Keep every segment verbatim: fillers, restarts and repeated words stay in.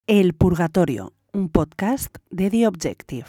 El Purgatorio, un podcast de The Objective.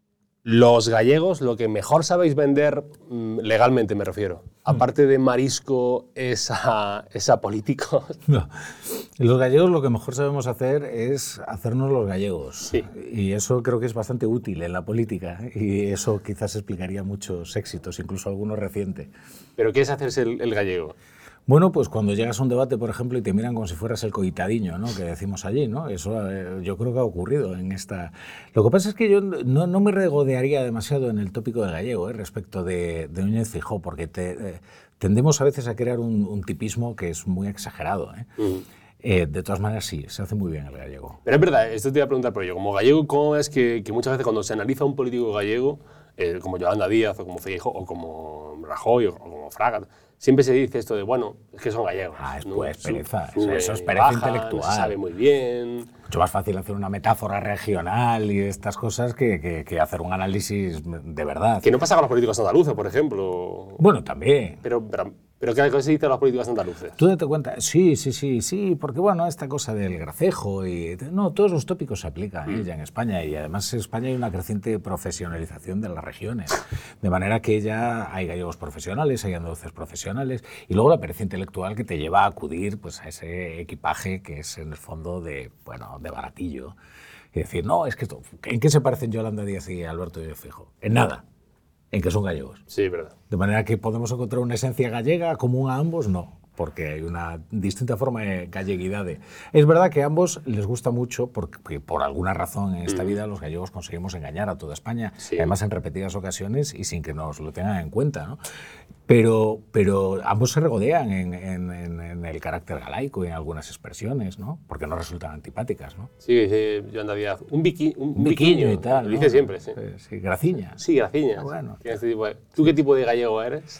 Los gallegos, lo que mejor sabéis vender, legalmente me refiero, aparte de marisco, es a, es a políticos. No. Los gallegos lo que mejor sabemos hacer es hacernos los gallegos. Sí. Y eso creo que es bastante útil en la política. Y eso quizás explicaría muchos éxitos, incluso algunos recientes. ¿Pero qué es hacerse el, el gallego? Bueno, pues cuando llegas a un debate, por ejemplo, y te miran como si fueras el coitadiño, ¿no?, que decimos allí, ¿no? Eso eh, yo creo que ha ocurrido en esta... Lo que pasa es que yo no, no me regodearía demasiado en el tópico del gallego, ¿eh?, respecto de, de Núñez Feijóo, porque te, eh, tendemos a veces a crear un, un tipismo que es muy exagerado, ¿eh? Uh-huh. Eh, de todas maneras, sí, se hace muy bien el gallego. Pero es verdad, esto te iba a preguntar, pero yo como gallego, ¿cómo es que, que muchas veces cuando se analiza un político gallego, eh, como Yolanda Díaz, o como Feijóo, o como Rajoy, o como Fraga, siempre se dice esto de, bueno, es que son gallegos. Ah, es pues ¿no? pereza, Sube, eso es pereza baja, intelectual. Se sabe muy bien. Mucho más fácil hacer una metáfora regional y estas cosas que, que, que hacer un análisis de verdad. Que no pasa con los políticos andaluces, por ejemplo. Bueno, también. Pero, pero, pero ¿qué se dice a los políticos andaluces? Tú date cuenta, sí, sí, sí, sí, porque bueno, esta cosa del gracejo y... No, todos los tópicos se aplican mm. ¿eh? ya en España, y además en España hay una creciente profesionalización de las regiones, de manera que ya hay gallegos profesionales, hay andaluces profesionales, y luego la pereza intelectual que te lleva a acudir pues, a ese equipaje que es en el fondo de, bueno, de baratillo. Y decir, no, es que esto, ¿en qué se parecen Yolanda Díaz y Alberto Núñez Feijóo? En nada. En que son gallegos. Sí, verdad. De manera que podemos encontrar una esencia gallega común a ambos, no, porque hay una distinta forma de galleguidad. Es verdad que a ambos les gusta mucho, porque por alguna razón en esta mm. vida los gallegos conseguimos engañar a toda España, sí. además en repetidas ocasiones y sin que nos lo tengan en cuenta, ¿no? Pero, pero ambos se regodean en, en, en, en el carácter galaico y en algunas expresiones, ¿no? Porque no resultan antipáticas, ¿no? Sí, dice Yolanda Díaz, un, biqui, un, un biquiño y tal, lo ¿no? dice siempre, sí. Sí, graciña. Sí, graciña. Bueno. Este tipo de... ¿Tú qué tipo de gallego eres?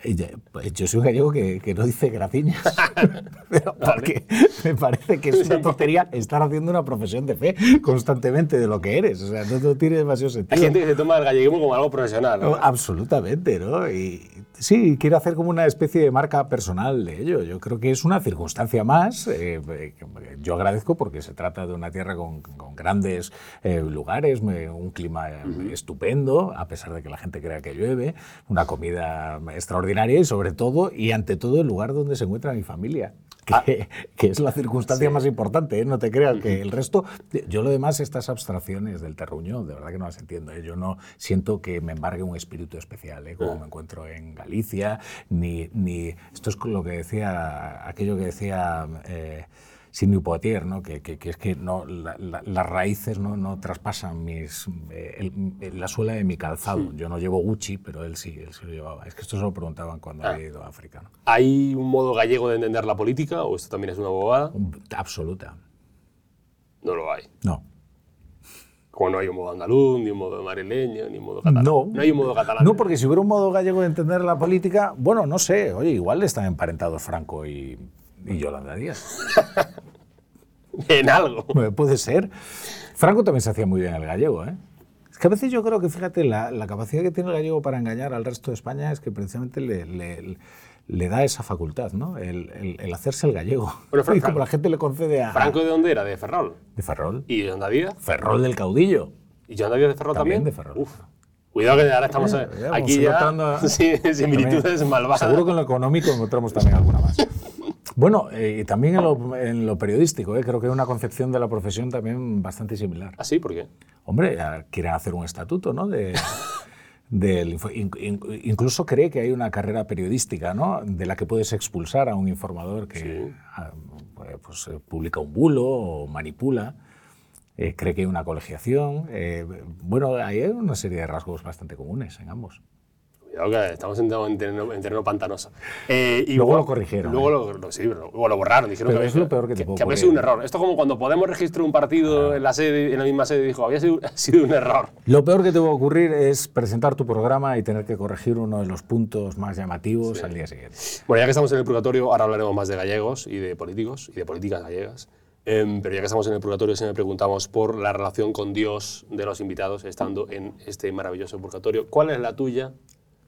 Yo soy un gallego que, que no dice graciñas, pero porque me parece que es una tontería estar haciendo una profesión de fe constantemente de lo que eres. O sea, no, no tiene demasiado sentido. Hay gente que se toma el galleguismo como algo profesional, ¿no? Absolutamente, ¿no? Y sí, quiero hacer como una especie de marca personal de ello. Yo creo que es una circunstancia más. Eh, yo agradezco porque se trata de una tierra con, con grandes eh, lugares, un clima uh-huh. estupendo, a pesar de que la gente crea que llueve, una comida extraordinaria y sobre todo y ante todo el lugar donde se encuentra mi familia, que, ah, que es la circunstancia sí. más importante, ¿eh? No te creas uh-huh. que el resto, yo lo demás, estas abstracciones del terruño, de verdad que no las entiendo, ¿eh? Yo no siento que me embargue un espíritu especial, ¿eh? Como uh-huh. me encuentro en Galicia, ni, ni esto es con lo que decía, aquello que decía eh, Sidney Poitier, ¿no? que, que, que es que no, la, la, las raíces no, no traspasan mis, eh, el, la suela de mi calzado. Sí. Yo no llevo Gucci, pero él sí, él sí lo llevaba. Es que esto se lo preguntaban cuando ah. había ido a África, ¿no? ¿Hay un modo gallego de entender la política o esto también es una bobada? Absoluta. No lo hay. No. Como no hay un modo andaluz, ni un modo madrileño, ni un modo catalán. No. No hay un modo catalán. No, porque si hubiera un modo gallego de entender la política, bueno, no sé, oye, igual están emparentados Franco y... Y Yolanda Díaz. En algo. Puede ser. Franco también se hacía muy bien el gallego, ¿eh? Es que a veces yo creo que, fíjate, la, la capacidad que tiene el gallego para engañar al resto de España es que precisamente le, le, le da esa facultad, ¿no? El, el, el hacerse el gallego. Bueno, Fran, y como la gente le concede a... ¿Franco de dónde era? ¿De Ferrol? De Ferrol. ¿Y Yolanda Díaz? Ferrol del Caudillo. ¿Y Yolanda Díaz de Ferrol también? También de Ferrol. Uf. Cuidado que ahora estamos eh, ya, aquí ya a... sí, similitudes malvadas. Seguro que en lo económico encontramos también alguna más. Bueno, y eh, también en lo, en lo periodístico, ¿eh? Creo que hay una concepción de la profesión también bastante similar. ¿Ah, sí? ¿Por qué? Hombre, quieren hacer un estatuto, ¿no? De, de, incluso cree que hay una carrera periodística, ¿no? De la que puedes expulsar a un informador que sí. a, pues, publica un bulo o manipula. Eh, cree que hay una colegiación. Eh, bueno, hay una serie de rasgos bastante comunes en ambos. Cuidado que estamos en, en, terreno, en terreno pantanoso. Eh, y luego bueno, lo corrigieron. Luego ¿eh? lo, lo, sí, luego lo borraron. Dijeron pero que es lo peor que te que, puedo que había sido un error. Esto es como cuando Podemos registró un partido ah. en, la sede, en la misma sede y dijo, había sido, ha sido un error. Lo peor que te va a ocurrir es presentar tu programa y tener que corregir uno de los puntos más llamativos sí. al día siguiente. Bueno, ya que estamos en el purgatorio, ahora hablaremos más de gallegos y de políticos y de políticas gallegas. Eh, pero ya que estamos en el purgatorio, siempre preguntamos por la relación con Dios de los invitados estando en este maravilloso purgatorio. ¿Cuál es la tuya?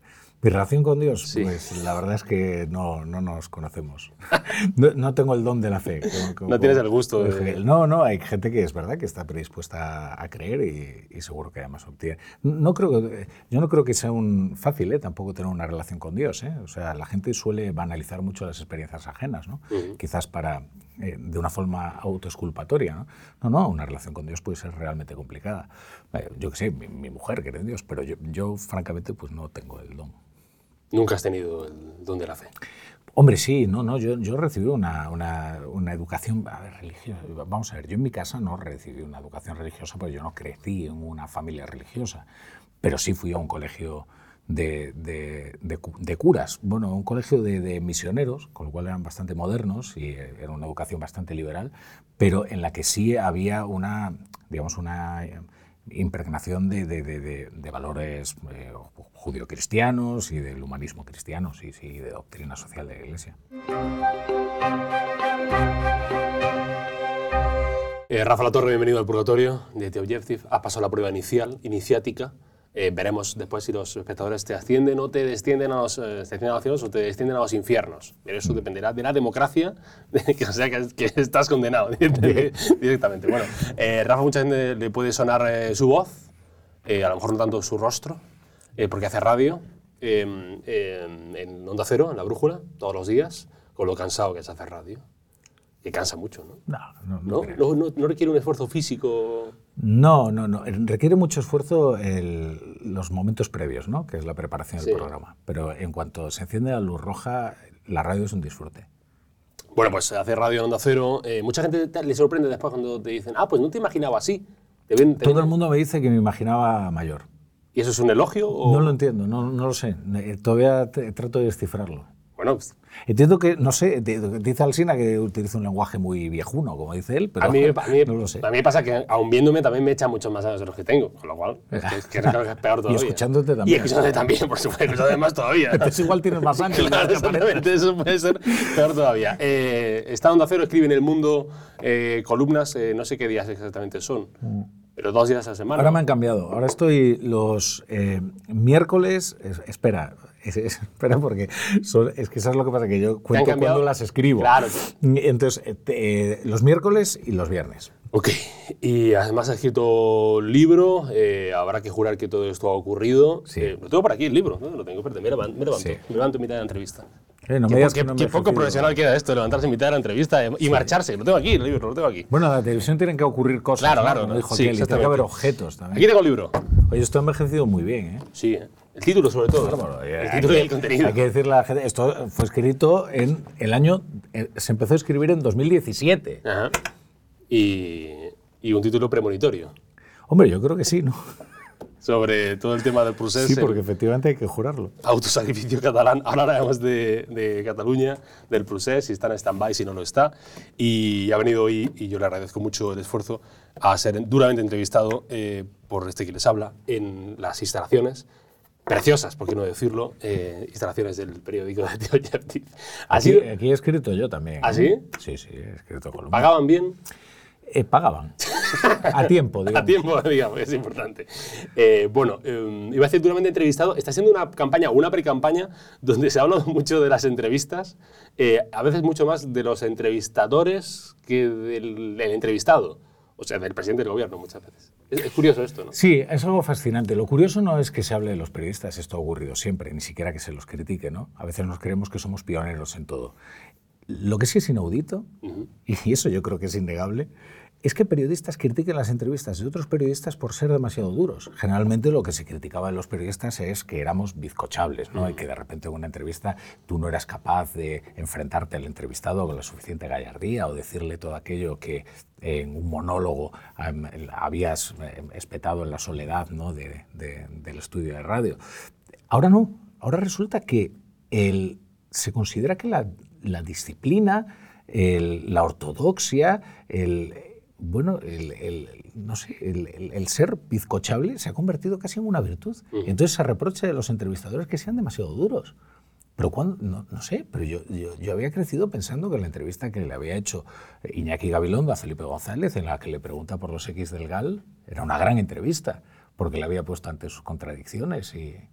¿Mi relación con Dios? Sí. Pues la verdad es que no, no nos conocemos. No, no tengo el don de la fe. Como, como, no tienes el gusto. De... No, no, hay gente que es verdad que está predispuesta a creer y, y seguro que además obtiene. No creo, yo no creo que sea un fácil, ¿eh? Tampoco tener una relación con Dios, ¿eh? O sea, la gente suele banalizar mucho las experiencias ajenas, ¿no? Uh-huh. Quizás para, eh, de una forma autoexculpatoria, ¿no? No, no, una relación con Dios puede ser realmente complicada. Eh, yo qué sé, mi, mi mujer cree en Dios, pero yo, yo francamente pues no tengo el don. ¿Nunca has tenido el don de la fe? Hombre, sí, no, no, yo, yo recibí una, una, una educación a ver, religiosa. Vamos a ver, yo en mi casa no recibí una educación religiosa porque yo no crecí en una familia religiosa, pero sí fui a un colegio de, de, de, de curas, bueno, un colegio de, de misioneros, con lo cual eran bastante modernos y era una educación bastante liberal, pero en la que sí había una, digamos, una impregnación de, de, de, de, de valores eh, judio-cristianos y del humanismo cristiano, sí, sí, de doctrina social de la Iglesia. Eh, Rafa Latorre, bienvenido al Purgatorio de The Objective. Has pasado la prueba inicial, iniciática. Eh, veremos después si los espectadores te ascienden o te descienden a los, eh, te ascienden a los cielos o te descienden a los infiernos. Pero eso dependerá de la democracia, de que, o sea que, que estás condenado directamente. Bueno, eh, Rafa, mucha gente le puede sonar eh, su voz, eh, a lo mejor no tanto su rostro, eh, porque hace radio eh, eh, en Onda Cero, en La Brújula, todos los días, con lo cansado que es hacer radio. Que cansa mucho, ¿no? No, no, no, no, no, no, no requiere un esfuerzo físico. No, no, no. Requiere mucho esfuerzo el, los momentos previos, ¿no? Que es la preparación del sí. programa. Pero en cuanto se enciende la luz roja, la radio es un disfrute. Bueno, pues hacer radio en Onda Cero, eh, mucha gente te, le sorprende después cuando te dicen, ah, pues no te imaginaba así. Te ven, te Todo ven... el mundo me dice que me imaginaba mayor. ¿Y eso es un elogio? O... No lo entiendo, no, no lo sé. Todavía te, trato de descifrarlo. Bueno, pues... Entiendo que, no sé, dice Alsina que utiliza un lenguaje muy viejuno, como dice él, pero a mí, a mí, no lo sé. A mí me pasa que, aun viéndome, también me echa muchos más años de los que tengo, con lo cual es que, es que creo que es peor todavía. Y escuchándote también. Y escuchándote también, por supuesto, escuchándote más todavía. Entonces igual tienes más años. Claro, exactamente, eso puede ser peor todavía. Eh, está Onda Cero, escribe en El Mundo eh, columnas, eh, no sé qué días exactamente son, mm. pero dos días a la semana. Ahora me han cambiado, ahora estoy los eh, miércoles, es, espera, es, es, espera porque son, es que sabes lo que pasa, que yo cuento cuando las escribo. Claro. Entonces, eh, los miércoles y los viernes. Ok, y además has escrito libro, eh, habrá que jurar que todo esto ha ocurrido. Sí. Eh, lo tengo por aquí, el libro, ¿no? Lo tengo, espérate, me levanto, me levanto, sí. me levanto en mitad de la entrevista. Eh, no qué, me digas qué, que no me qué he poco profesional queda esto, levantarse en mitad de la entrevista y sí. marcharse. Lo tengo aquí, el libro, lo tengo aquí. Bueno, en la televisión tienen que ocurrir cosas, claro, ¿no? claro, Como dijo sí, Kelly, tiene que haber objetos también. Aquí tengo el libro. Oye, esto ha envejecido muy bien, ¿eh? Sí, ¿eh? El título sobre todo. Claro, el título y el contenido. Hay que decirle a la gente, esto fue escrito en el año, se empezó a escribir en dos mil diecisiete. Ajá. Y, y un título premonitorio. Hombre, yo creo que sí, ¿no? Sobre todo el tema del procés. Sí, porque efectivamente hay que jurarlo. Autosacrificio catalán. Ahora hablaremos de, de Cataluña, del procés, si está en stand-by, si no lo está. Y ha venido hoy, y yo le agradezco mucho el esfuerzo, a ser duramente entrevistado eh, por este que les habla en las instalaciones preciosas, por qué no decirlo, eh, instalaciones del periódico de The Objective. Aquí, aquí he escrito yo también. ¿Ah, sí? Sí, sí, he escrito columnas. ¿Pagaban bien? Eh, pagaban. A tiempo, digamos. A tiempo, digamos, es importante. Eh, bueno, eh, iba a decir duramente entrevistado. Está siendo una campaña, una pre-campaña, donde se ha hablado mucho de las entrevistas, eh, a veces mucho más de los entrevistadores que del, del entrevistado. O sea, del presidente del gobierno muchas veces. Es, es curioso esto, ¿no? Sí, es algo fascinante. Lo curioso no es que se hable de los periodistas, esto ha ocurrido siempre, ni siquiera que se los critique, ¿no? A veces nos creemos que somos pioneros en todo. Lo que sí es inaudito, uh-huh. y eso yo creo que es innegable, es que periodistas critiquen las entrevistas de otros periodistas por ser demasiado duros. Generalmente lo que se criticaba de los periodistas es que éramos bizcochables, ¿no? Uh-huh. Y que de repente en una entrevista tú no eras capaz de enfrentarte al entrevistado con la suficiente gallardía o decirle todo aquello que en un monólogo um, habías um, espetado en la soledad, ¿no? de, de, del estudio de radio. Ahora no. Ahora resulta que el, se considera que la, la disciplina, el, la ortodoxia, el... Bueno, el, el, no sé, el, el, el ser bizcochable se ha convertido casi en una virtud. Uh-huh. Entonces se reprocha de los entrevistadores que sean demasiado duros. Pero cuando, no, no sé, pero yo, yo, yo había crecido pensando que la entrevista que le había hecho Iñaki Gabilondo a Felipe González, en la que le pregunta por los X del Gal, era una gran entrevista, porque le había puesto ante sus contradicciones. Y,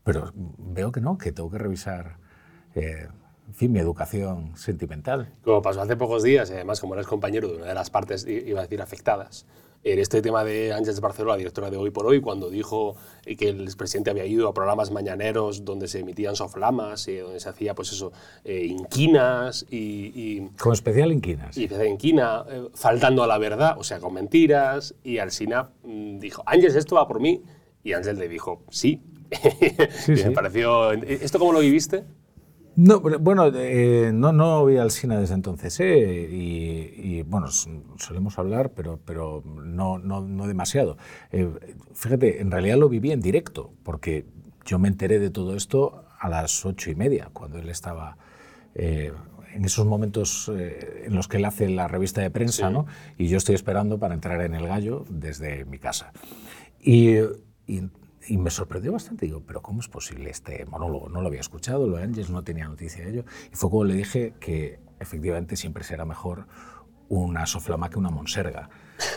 pero veo que no, que tengo que revisar, eh, en fin, mi educación sentimental. Como pasó hace pocos días, y además como eres compañero de una de las partes, iba a decir, afectadas, en este tema de Ángeles Barceló, la directora de Hoy por Hoy, cuando dijo que el expresidente había ido a programas mañaneros donde se emitían soflamas, y donde se hacía, pues eso, eh, inquinas y... y Con especial inquinas. Y especial inquina, eh, faltando a la verdad, o sea, con mentiras, y Alsina mmm, dijo, Ángeles, esto va por mí, y Ángeles le dijo, sí. Sí, y sí. me pareció... ¿Esto cómo lo viviste? No, bueno, eh, no, no vi a Alsina desde entonces, ¿eh? y, y bueno, solemos hablar, pero, pero no, no, no demasiado. Eh, fíjate, en realidad lo viví en directo, porque yo me enteré de todo esto a las ocho y media, cuando él estaba eh, en esos momentos eh, en los que él hace la revista de prensa, sí. ¿no? Y yo estoy esperando para entrar en El Gallo desde mi casa. Y, y Y me sorprendió bastante, digo, pero ¿cómo es posible este monólogo? No lo había escuchado, lo de Ángeles no tenía noticia de ello. Y fue como le dije que efectivamente siempre será mejor una soflama que una monserga.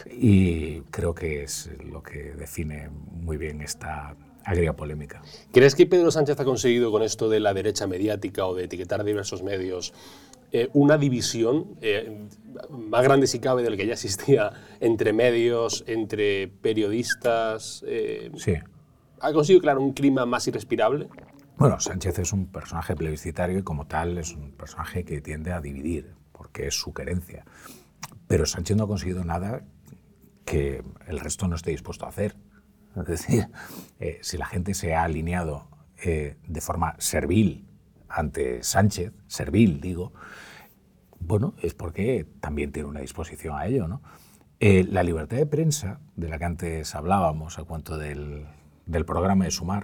Y creo que es lo que define muy bien esta agria polémica. ¿Crees que Pedro Sánchez ha conseguido con esto de la derecha mediática o de etiquetar diversos medios eh, una división eh, más grande si cabe del que ya existía entre medios, entre periodistas? Eh, sí. ¿Ha conseguido, claro, un clima más irrespirable? Bueno, Sánchez es un personaje plebiscitario y como tal es un personaje que tiende a dividir, porque es su querencia. Pero Sánchez no ha conseguido nada que el resto no esté dispuesto a hacer. Es decir, eh, si la gente se ha alineado eh, de forma servil ante Sánchez, servil digo, bueno, es porque también tiene una disposición a ello, ¿no? Eh, la libertad de prensa, de la que antes hablábamos a cuento del... del programa de Sumar,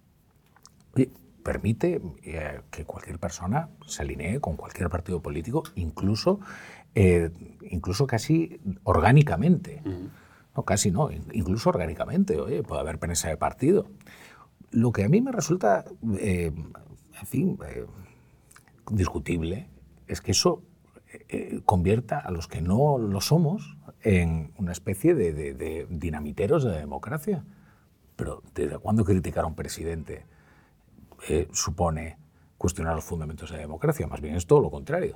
oye, permite eh, que cualquier persona se alinee con cualquier partido político, incluso, eh, incluso casi orgánicamente. Uh-huh. No, casi no, incluso orgánicamente. Oye, puede haber prensa de partido. Lo que a mí me resulta, eh, en fin, eh, discutible, es que eso eh, convierta a los que no lo somos en una especie de, de, de dinamiteros de la democracia. Pero ¿desde cuándo criticar a un presidente eh, supone cuestionar los fundamentos de la democracia? Más bien es todo lo contrario.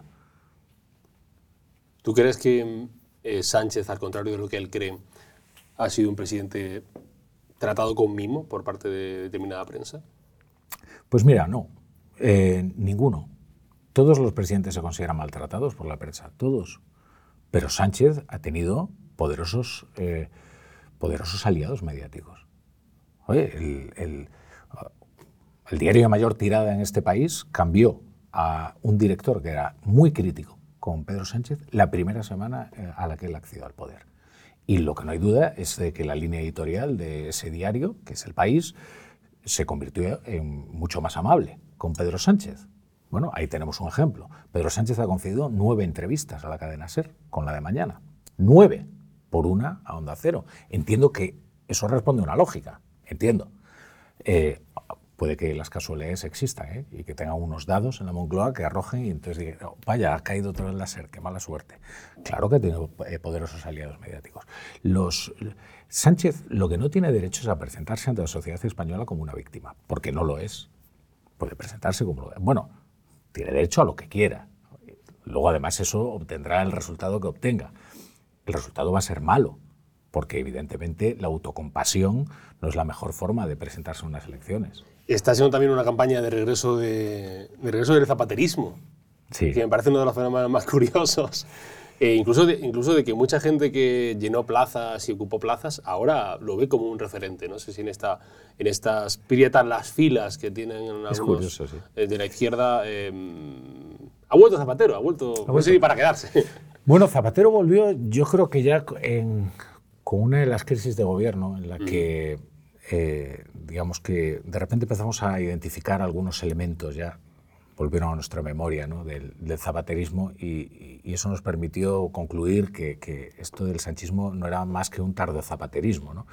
¿Tú crees que eh, Sánchez, al contrario de lo que él cree, ha sido un presidente tratado con mimo por parte de determinada prensa? Pues mira, no. Eh, ninguno. Todos los presidentes se consideran maltratados por la prensa, todos. Pero Sánchez ha tenido poderosos, eh, poderosos aliados mediáticos. Oye, el, el, el diario de mayor tirada en este país cambió a un director que era muy crítico con Pedro Sánchez la primera semana a la que él accedió al poder. Y lo que no hay duda es de que la línea editorial de ese diario, que es El País, se convirtió en mucho más amable con Pedro Sánchez. Bueno, ahí tenemos un ejemplo. Pedro Sánchez ha concedido nueve entrevistas a la cadena SER con la de mañana. Nueve, por una a Onda Cero. Entiendo que eso responde a una lógica. Entiendo. Eh, puede que las casualidades existan, ¿eh? Y que tengan unos dados en la Moncloa que arrojen y entonces digan, oh, vaya, ha caído otra vez la SER, qué mala suerte. Claro que ha tenido eh, poderosos aliados mediáticos. Los, Sánchez lo que no tiene derecho es a presentarse ante la sociedad española como una víctima, porque no lo es. Puede presentarse como lo es. Bueno, tiene derecho a lo que quiera. Luego, además, eso obtendrá el resultado que obtenga. El resultado va a ser malo, porque evidentemente la autocompasión no es la mejor forma de presentarse en unas elecciones. Está siendo también una campaña de regreso, de, de regreso del zapaterismo, sí. Que me parece uno de los fenómenos más curiosos. E incluso, de, incluso de que mucha gente que llenó plazas y ocupó plazas ahora lo ve como un referente. No sé si en, esta, en estas prietas las filas que tienen algunos curioso, sí. de la izquierda eh, ha vuelto Zapatero, ha vuelto, ha vuelto. No sé si para quedarse. Bueno, Zapatero volvió, yo creo que ya en, con una de las crisis de gobierno en la que, mm. eh, digamos que de repente empezamos a identificar algunos elementos ya, volvieron a nuestra memoria, ¿no? del, del zapaterismo y, y eso nos permitió concluir que, que esto del sanchismo no era más que un tardozapaterismo, ¿no?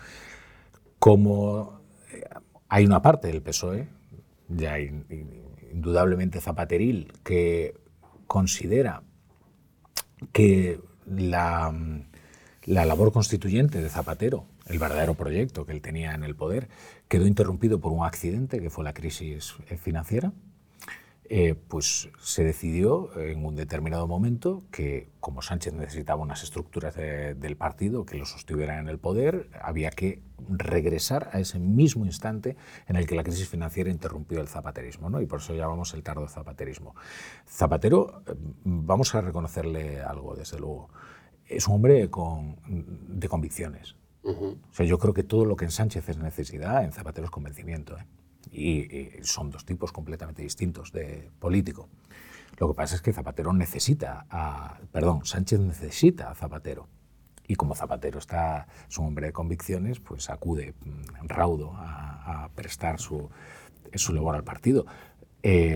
Como hay una parte del P S O E, ya in, in, indudablemente zapateril, que considera que la, La labor constituyente de Zapatero, el verdadero proyecto que él tenía en el poder, quedó interrumpido por un accidente que fue la crisis financiera. Eh, pues se decidió en un determinado momento que, como Sánchez necesitaba unas estructuras de, del partido que lo sostuvieran en el poder, había que regresar a ese mismo instante en el que la crisis financiera interrumpió el zapaterismo, ¿no? Y por eso llamamos el tardo zapaterismo. Zapatero, vamos a reconocerle algo, desde luego, es un hombre con, de convicciones. Uh-huh. O sea, yo creo que todo lo que en Sánchez es necesidad, en Zapatero es convencimiento, ¿eh? Y, y son dos tipos completamente distintos de político. Lo que pasa es que Zapatero necesita a, perdón, Sánchez necesita a Zapatero. Y como Zapatero está, es un hombre de convicciones, pues acude raudo a, a prestar su, su labor al partido. Eh,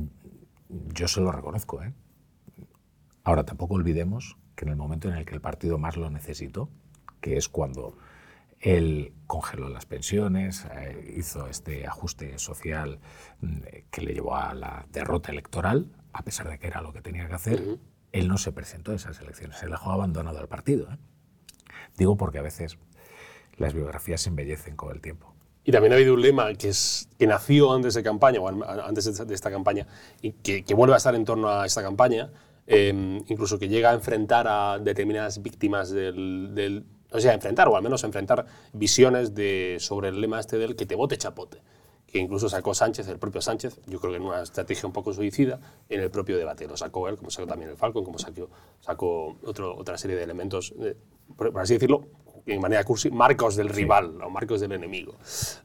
yo se lo reconozco, ¿eh? Ahora, tampoco olvidemos que en el momento en el que el partido más lo necesitó, que es cuando él congeló las pensiones, eh, hizo este ajuste social eh, que le llevó a la derrota electoral, a pesar de que era lo que tenía que hacer, uh-huh. Él no se presentó a esas elecciones, se dejó abandonado al partido, ¿eh? Digo porque a veces las biografías se embellecen con el tiempo. Y también ha habido un lema que, es, que nació antes de campaña, o antes de esta campaña, y que, que vuelve a estar en torno a esta campaña, eh, incluso que llega a enfrentar a determinadas víctimas del... del o sea, enfrentar, o al menos enfrentar visiones de, sobre el lema este del que te vote chapote, que incluso sacó Sánchez, el propio Sánchez, yo creo que en una estrategia un poco suicida, en el propio debate. Lo sacó él, como sacó también el Falcon, como sacó, sacó otro, otra serie de elementos, de, por, por así decirlo, en manera cursi, marcos del rival, sí. O marcos del enemigo.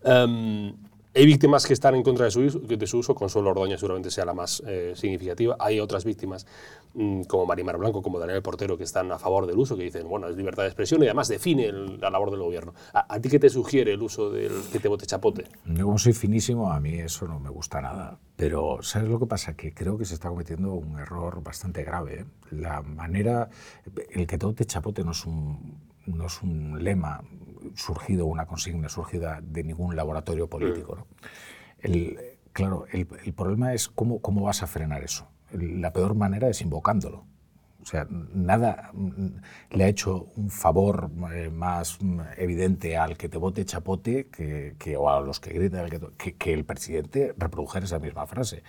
Um, Hay víctimas que están en contra de su, de su uso, Consuelo Ordóñez seguramente sea la más eh, significativa. Hay otras víctimas, mmm, como Marimar Blanco, como Daniel Portero, que están a favor del uso, que dicen, bueno, es libertad de expresión y además define el, la labor del gobierno. ¿A, ¿A ti qué te sugiere el uso del que te vote chapote? Yo, como soy finísimo, a mí eso no me gusta nada. Pero, ¿sabes lo que pasa? Que creo que se está cometiendo un error bastante grave, ¿eh? La manera... El que te vote chapote no es un, no es un lema surgido, una consigna surgida de ningún laboratorio político, ¿no? El, claro, el, el problema es cómo, cómo vas a frenar eso. El, la peor manera es invocándolo. O sea, nada le ha hecho un favor eh, más evidente al que te vote chapote que, que, o a los que gritan que, que, que el presidente reprodujera esa misma frase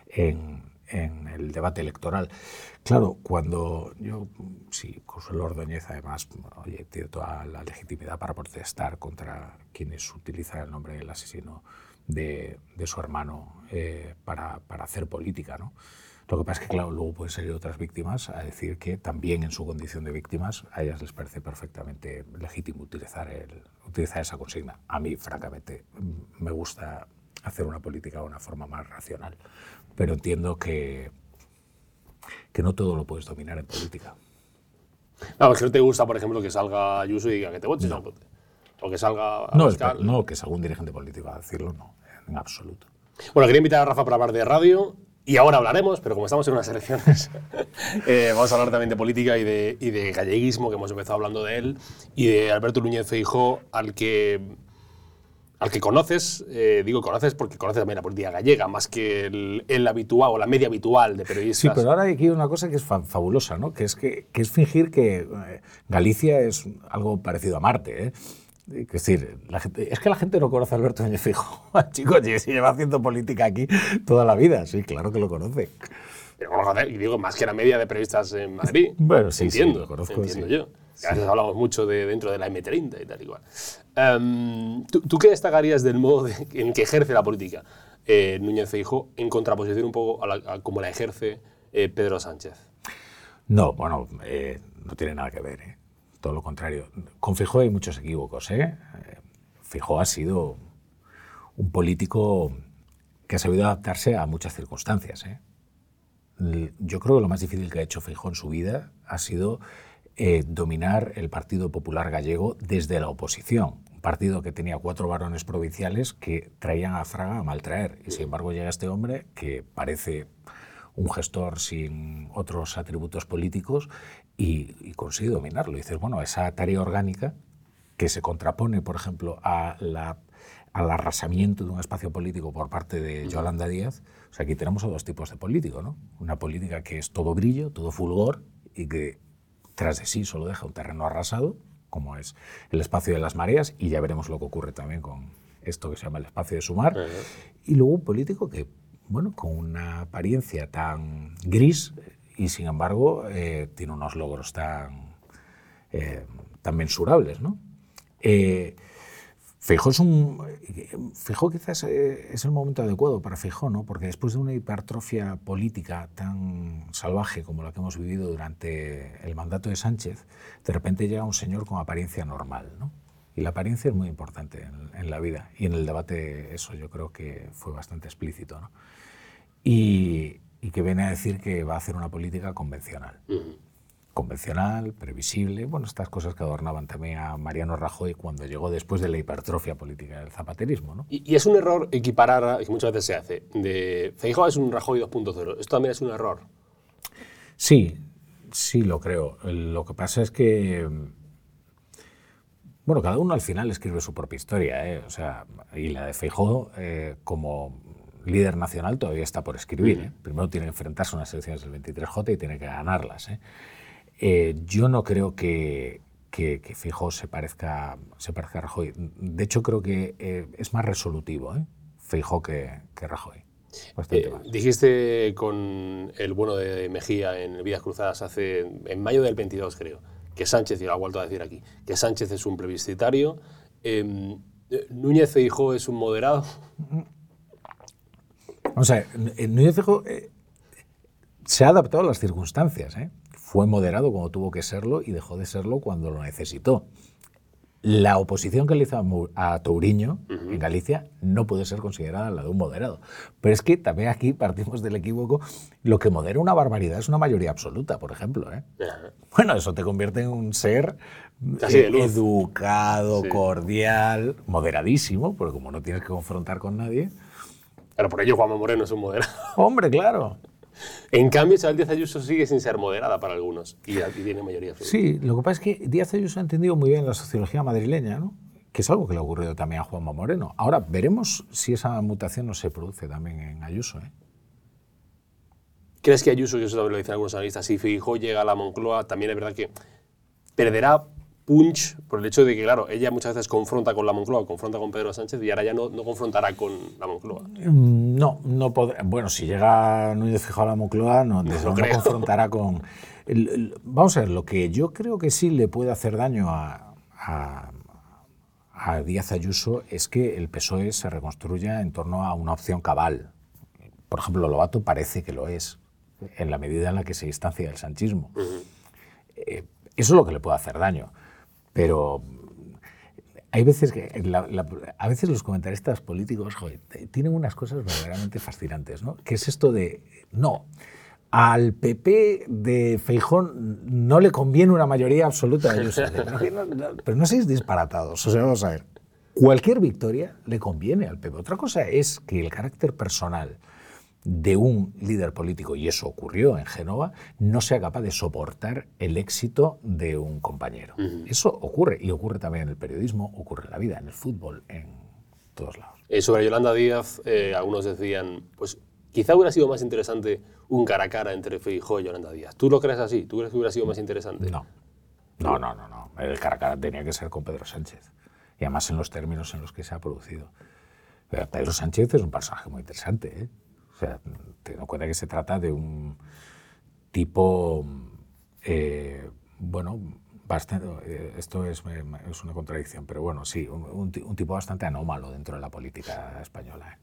en, en el debate electoral. Claro, cuando yo, sí, Consuelo Ordóñez además, oye, tiene toda la legitimidad para protestar contra quienes utilizan el nombre del asesino de, de su hermano eh, para, para hacer política, ¿no? Lo que pasa es que, claro, luego pueden salir otras víctimas a decir que también en su condición de víctimas a ellas les parece perfectamente legítimo utilizar, el, utilizar esa consigna. A mí, francamente, me gusta hacer una política de una forma más racional, pero entiendo que, que no todo lo puedes dominar en política. No, es que no te gusta, por ejemplo, que salga Ayuso y diga que te votes, no. O que salga... No, es, no, que salga un dirigente político a decirlo, no, en absoluto. Bueno, quería invitar a Rafa para hablar de radio. Y ahora hablaremos, pero como estamos en unas elecciones, eh, vamos a hablar también de política y de, y de galleguismo, que hemos empezado hablando de él, y de Alberto Núñez Feijóo, al que, al que conoces, eh, digo conoces porque conoces también la política gallega, más que el, el habitual o la media habitual de periodistas. Sí, pero ahora hay aquí una cosa que es fa fabulosa, ¿no? Que es, que, que es fingir que eh, Galicia es algo parecido a Marte, ¿eh? Es decir, la gente, es que la gente no conoce a Alberto Núñez Feijóo. Chicos, si lleva haciendo política aquí toda la vida. Sí, claro que lo conoce. Y digo, más que la media de periodistas en Madrid. Bueno, sí, entiendo, sí, lo conozco, entiendo sí. yo. A veces hablamos mucho de dentro de la eme treinta y tal y cual. Um, ¿tú, ¿Tú qué destacarías del modo de, en que ejerce la política eh, Núñez Feijóo en contraposición un poco a, la, a como la ejerce eh, Pedro Sánchez? No, bueno, eh, no tiene nada que ver, ¿eh? Todo lo contrario. Con Feijóo hay muchos equívocos, ¿eh? Feijóo ha sido un político que ha sabido adaptarse a muchas circunstancias, ¿eh? Yo creo que lo más difícil que ha hecho Feijóo en su vida ha sido eh, dominar el Partido Popular Gallego desde la oposición. Un partido que tenía cuatro varones provinciales que traían a Fraga a maltraer. Y sin embargo llega este hombre que parece un gestor sin otros atributos políticos y, y consigue dominarlo. Y dices, bueno, esa tarea orgánica que se contrapone, por ejemplo, a la, al arrasamiento de un espacio político por parte de Yolanda Díaz. O sea, aquí tenemos a dos tipos de político, ¿no? Una política que es todo brillo, todo fulgor y que tras de sí solo deja un terreno arrasado, como es el espacio de las mareas, y ya veremos lo que ocurre también con esto que se llama el espacio de su mar. Uh-huh. Y luego un político que, bueno, con una apariencia tan gris y sin embargo eh, tiene unos logros tan, eh, tan mensurables, ¿no? Eh, Feijóo es un, Feijóo quizás es el momento adecuado para Feijóo, ¿no? Porque después de una hipertrofia política tan salvaje como la que hemos vivido durante el mandato de Sánchez, de repente llega un señor con apariencia normal, ¿no? Y la apariencia es muy importante en, en la vida, y en el debate eso yo creo que fue bastante explícito, ¿no? Y, y que viene a decir que va a hacer una política convencional. Uh-huh. Convencional, previsible, bueno, estas cosas que adornaban también a Mariano Rajoy cuando llegó después de la hipertrofia política del zapaterismo, ¿no? Y, y es un error equiparar, que muchas veces se hace, de Feijóo es un Rajoy dos punto cero. ¿Esto también es un error? Sí, sí lo creo. Lo que pasa es que, bueno, cada uno al final escribe su propia historia, ¿eh? O sea, y la de Feijóo eh, como líder nacional todavía está por escribir, ¿eh? Primero tiene que enfrentarse a unas elecciones del veintitrés J y tiene que ganarlas, ¿eh? Eh, yo no creo que, que, que Feijóo se parezca, se parezca a Rajoy. De hecho, creo que eh, es más resolutivo, ¿eh? Feijóo que, que Rajoy. Eh, dijiste con el bueno de Mejía en Vidas Cruzadas hace, en mayo del veintidós, creo, que Sánchez, y lo ha vuelto a decir aquí, que Sánchez es un plebiscitario. Eh, ¿Núñez Feijóo es un moderado? O sea, Núñez Feijóo eh, se ha adaptado a las circunstancias, ¿eh? Fue moderado cuando tuvo que serlo y dejó de serlo cuando lo necesitó. La oposición que le hizo a Touriño, uh-huh, en Galicia, no puede ser considerada la de un moderado. Pero es que también aquí partimos del equívoco. Lo que modera una barbaridad es una mayoría absoluta, por ejemplo, ¿eh? Uh-huh. Bueno, eso te convierte en un ser eh, educado, sí, cordial, moderadísimo, porque como no tienes que confrontar con nadie... Pero por ello Juanma Moreno es un moderado. Hombre, claro. En cambio, Isabel Díaz Ayuso sigue sin ser moderada para algunos y, y tiene mayoría absoluta. Sí, lo que pasa es que Díaz Ayuso ha entendido muy bien la sociología madrileña, ¿no? Que es algo que le ha ocurrido también a Juanma Moreno. Ahora, veremos si esa mutación no se produce también en Ayuso, ¿eh? ¿Crees que Ayuso, y eso también lo dicen algunos analistas, si Feijóo llega a la Moncloa, también es verdad que perderá punch por el hecho de que, claro, ella muchas veces confronta con la Moncloa, confronta con Pedro Sánchez y ahora ya no, no confrontará con la Moncloa? No, no podrá. Bueno, si llega Núñez Feijóo a la Moncloa, no, no, no confrontará con... El, el, vamos a ver, lo que yo creo que sí le puede hacer daño a, a, a Díaz Ayuso es que el P S O E se reconstruya en torno a una opción cabal. Por ejemplo, Lobato parece que lo es, en la medida en la que se distancia del sanchismo. Uh-huh. eh, eso es lo que le puede hacer daño. Pero hay veces que la, la, a veces los comentaristas políticos, joder, tienen unas cosas verdaderamente fascinantes, ¿no? Que es esto de, no, al P P de Feijóo no le conviene una mayoría absoluta de Ayuso. Pero no, no, pero no seáis disparatados, o sea, vamos a ver. Cualquier victoria le conviene al P P. Otra cosa es que el carácter personal de un líder político, y eso ocurrió en Génova, no sea capaz de soportar el éxito de un compañero. Uh-huh. Eso ocurre, y ocurre también en el periodismo, ocurre en la vida, en el fútbol, en todos lados. Eh, sobre Yolanda Díaz, eh, algunos decían, pues quizá hubiera sido más interesante un cara a cara entre Feijóo y Yolanda Díaz. ¿Tú lo crees así? ¿Tú crees que hubiera sido más interesante? No, no, no, no, no. El cara a cara tenía que ser con Pedro Sánchez, y además en los términos en los que se ha producido. Pero Pedro Sánchez es un personaje muy interesante, ¿eh? O sea, ten en cuenta que se trata de un tipo, eh, bueno, bastante, eh, esto es, es una contradicción, pero bueno, sí, un, un, un tipo bastante anómalo dentro de la política española, ¿eh?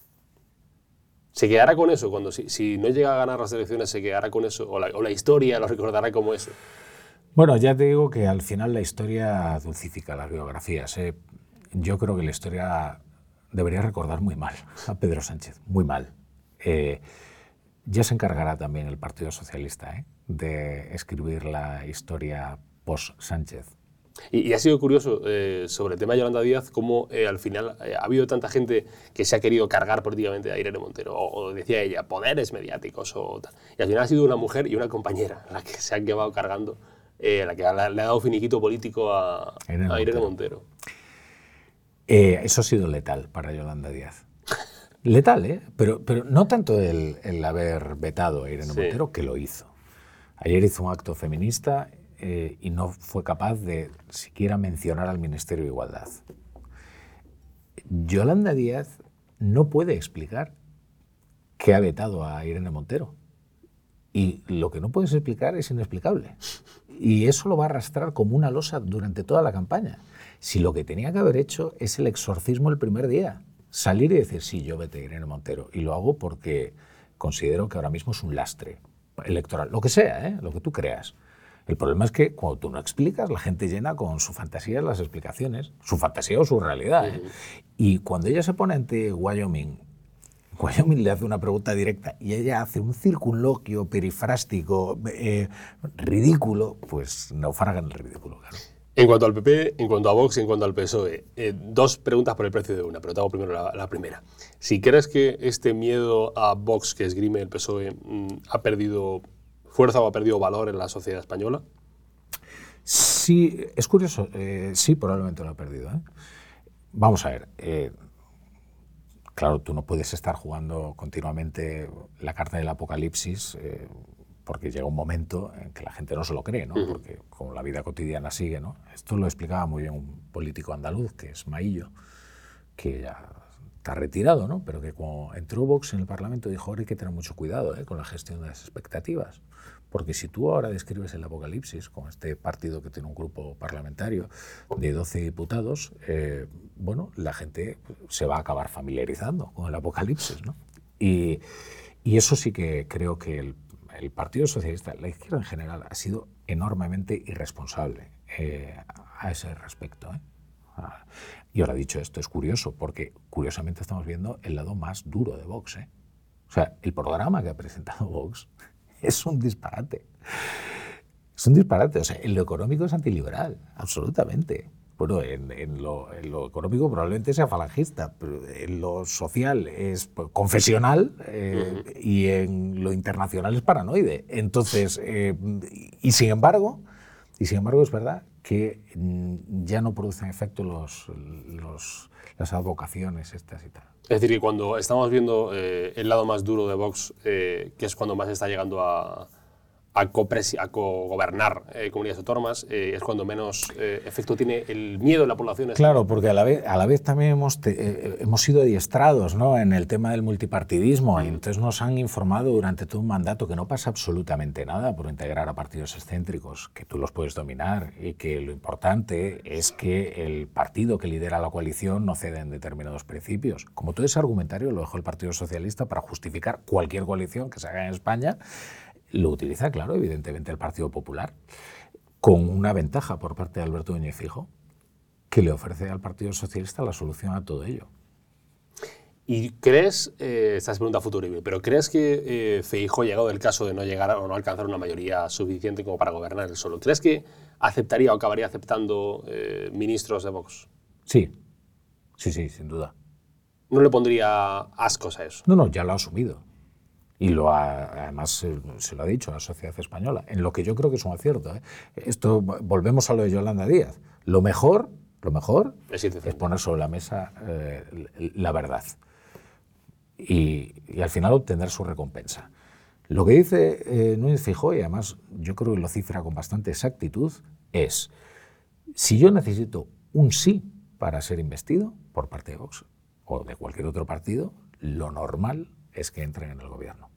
¿Se quedará con eso? Cuando si, si no llega a ganar las elecciones, ¿se quedará con eso? ¿O la, o la historia lo recordará como eso? Bueno, ya te digo que al final la historia dulcifica las biografías, ¿eh? Yo creo que la historia debería recordar muy mal a Pedro Sánchez, muy mal. Eh, ya se encargará también el Partido Socialista, ¿eh?, de escribir la historia post-Sánchez. Y, y ha sido curioso eh, sobre el tema de Yolanda Díaz, cómo eh, al final eh, ha habido tanta gente que se ha querido cargar políticamente a Irene Montero, o, o decía ella, poderes mediáticos, o tal. Y al final ha sido una mujer y una compañera la que se han llevado cargando, eh, la que le, le ha dado finiquito político a, Irene, a Irene Montero. Montero. Eh, eso ha sido letal para Yolanda Díaz. Letal, ¿eh? Pero, pero no tanto el, el haber vetado a Irene sí. Montero, que lo hizo. Ayer hizo un acto feminista eh, y no fue capaz de siquiera mencionar al Ministerio de Igualdad. Yolanda Díaz no puede explicar que ha vetado a Irene Montero. Y lo que no puedes explicar es inexplicable. Y eso lo va a arrastrar como una losa durante toda la campaña. Si lo que tenía que haber hecho es el exorcismo el primer día, salir y decir, sí, yo vete a Irene Montero. Y lo hago porque considero que ahora mismo es un lastre electoral. Lo que sea, ¿eh? Lo que tú creas. El problema es que cuando tú no explicas, la gente llena con su fantasía las explicaciones, su fantasía o su realidad. ¿eh? Y cuando ella se pone ante Wyoming, Wyoming le hace una pregunta directa y ella hace un circunloquio perifrástico eh, ridículo, pues naufraga en el ridículo, claro. En cuanto al P P, en cuanto a Vox y en cuanto al P S O E, eh, dos preguntas por el precio de una, pero te hago primero la, la primera. Si crees que este miedo a Vox que esgrime el P S O E mmm, ha perdido fuerza o ha perdido valor en la sociedad española. Sí, es curioso, eh, sí, probablemente lo ha perdido. ¿eh? Vamos a ver, eh, claro, tú no puedes estar jugando continuamente la carta del apocalipsis, eh, porque llega un momento en que la gente no se lo cree, ¿no? Uh-huh. Porque como la vida cotidiana sigue, ¿no? Esto lo explicaba muy bien un político andaluz, que es Maillo, que ya está retirado, ¿no? Pero que cuando entró Vox en el Parlamento dijo, ahora hay que tener mucho cuidado ¿eh? con la gestión de las expectativas, porque si tú ahora describes el apocalipsis con este partido que tiene un grupo parlamentario de doce diputados, eh, bueno, la gente se va a acabar familiarizando con el apocalipsis, ¿no? Y, y eso sí que creo que el El Partido Socialista, la izquierda en general, ha sido enormemente irresponsable eh, a ese respecto. ¿eh? Ah, y ahora dicho esto, es curioso, porque curiosamente estamos viendo el lado más duro de Vox. ¿eh? O sea, el programa que ha presentado Vox es un disparate. Es un disparate. O sea, en lo económico es antiliberal, absolutamente. Bueno, en, en, lo, en lo económico probablemente sea falangista, pero en lo social es pues, confesional eh, uh-huh. y en lo internacional es paranoide. Entonces, eh, y sin embargo, y sin embargo es verdad que ya no producen efecto los, los, las advocaciones estas y tal. Es decir, que cuando estamos viendo eh, el lado más duro de Vox, eh, que es cuando más está llegando a... a cogobernar eh, comunidades autónomas, eh, es cuando menos eh, efecto tiene el miedo de la población. Claro, porque a la vez, a la vez también hemos, te, eh, hemos sido adiestrados, ¿no? en el tema del multipartidismo, mm. y entonces nos han informado durante todo un mandato que no pasa absolutamente nada por integrar a partidos excéntricos, que tú los puedes dominar y que lo importante es que el partido que lidera la coalición no ceda en determinados principios. Como todo ese argumentario lo dejó el Partido Socialista para justificar cualquier coalición que se haga en España. Lo utiliza, claro, evidentemente el Partido Popular, con una ventaja por parte de Alberto Núñez Feijóo, que le ofrece al Partido Socialista la solución a todo ello. ¿Y crees, eh, esta es pregunta futurible, pero crees que eh, Feijóo, llegado el caso de no llegar o no alcanzar una mayoría suficiente como para gobernar él solo, ¿crees que aceptaría o acabaría aceptando eh, ministros de Vox? Sí, sí, sí, sin duda. ¿No le pondría ascos a eso? No, no, ya lo ha asumido. Y lo ha, además se, se lo ha dicho a la sociedad española, en lo que yo creo que es un acierto. ¿eh? Esto, volvemos a lo de Yolanda Díaz. Lo mejor, lo mejor es, es poner sobre la mesa eh, la verdad y, y al final obtener su recompensa. Lo que dice eh, Núñez Feijóo, y además yo creo que lo cifra con bastante exactitud, es, si yo necesito un sí para ser investido por parte de Vox o de cualquier otro partido, lo normal es que entren en el gobierno.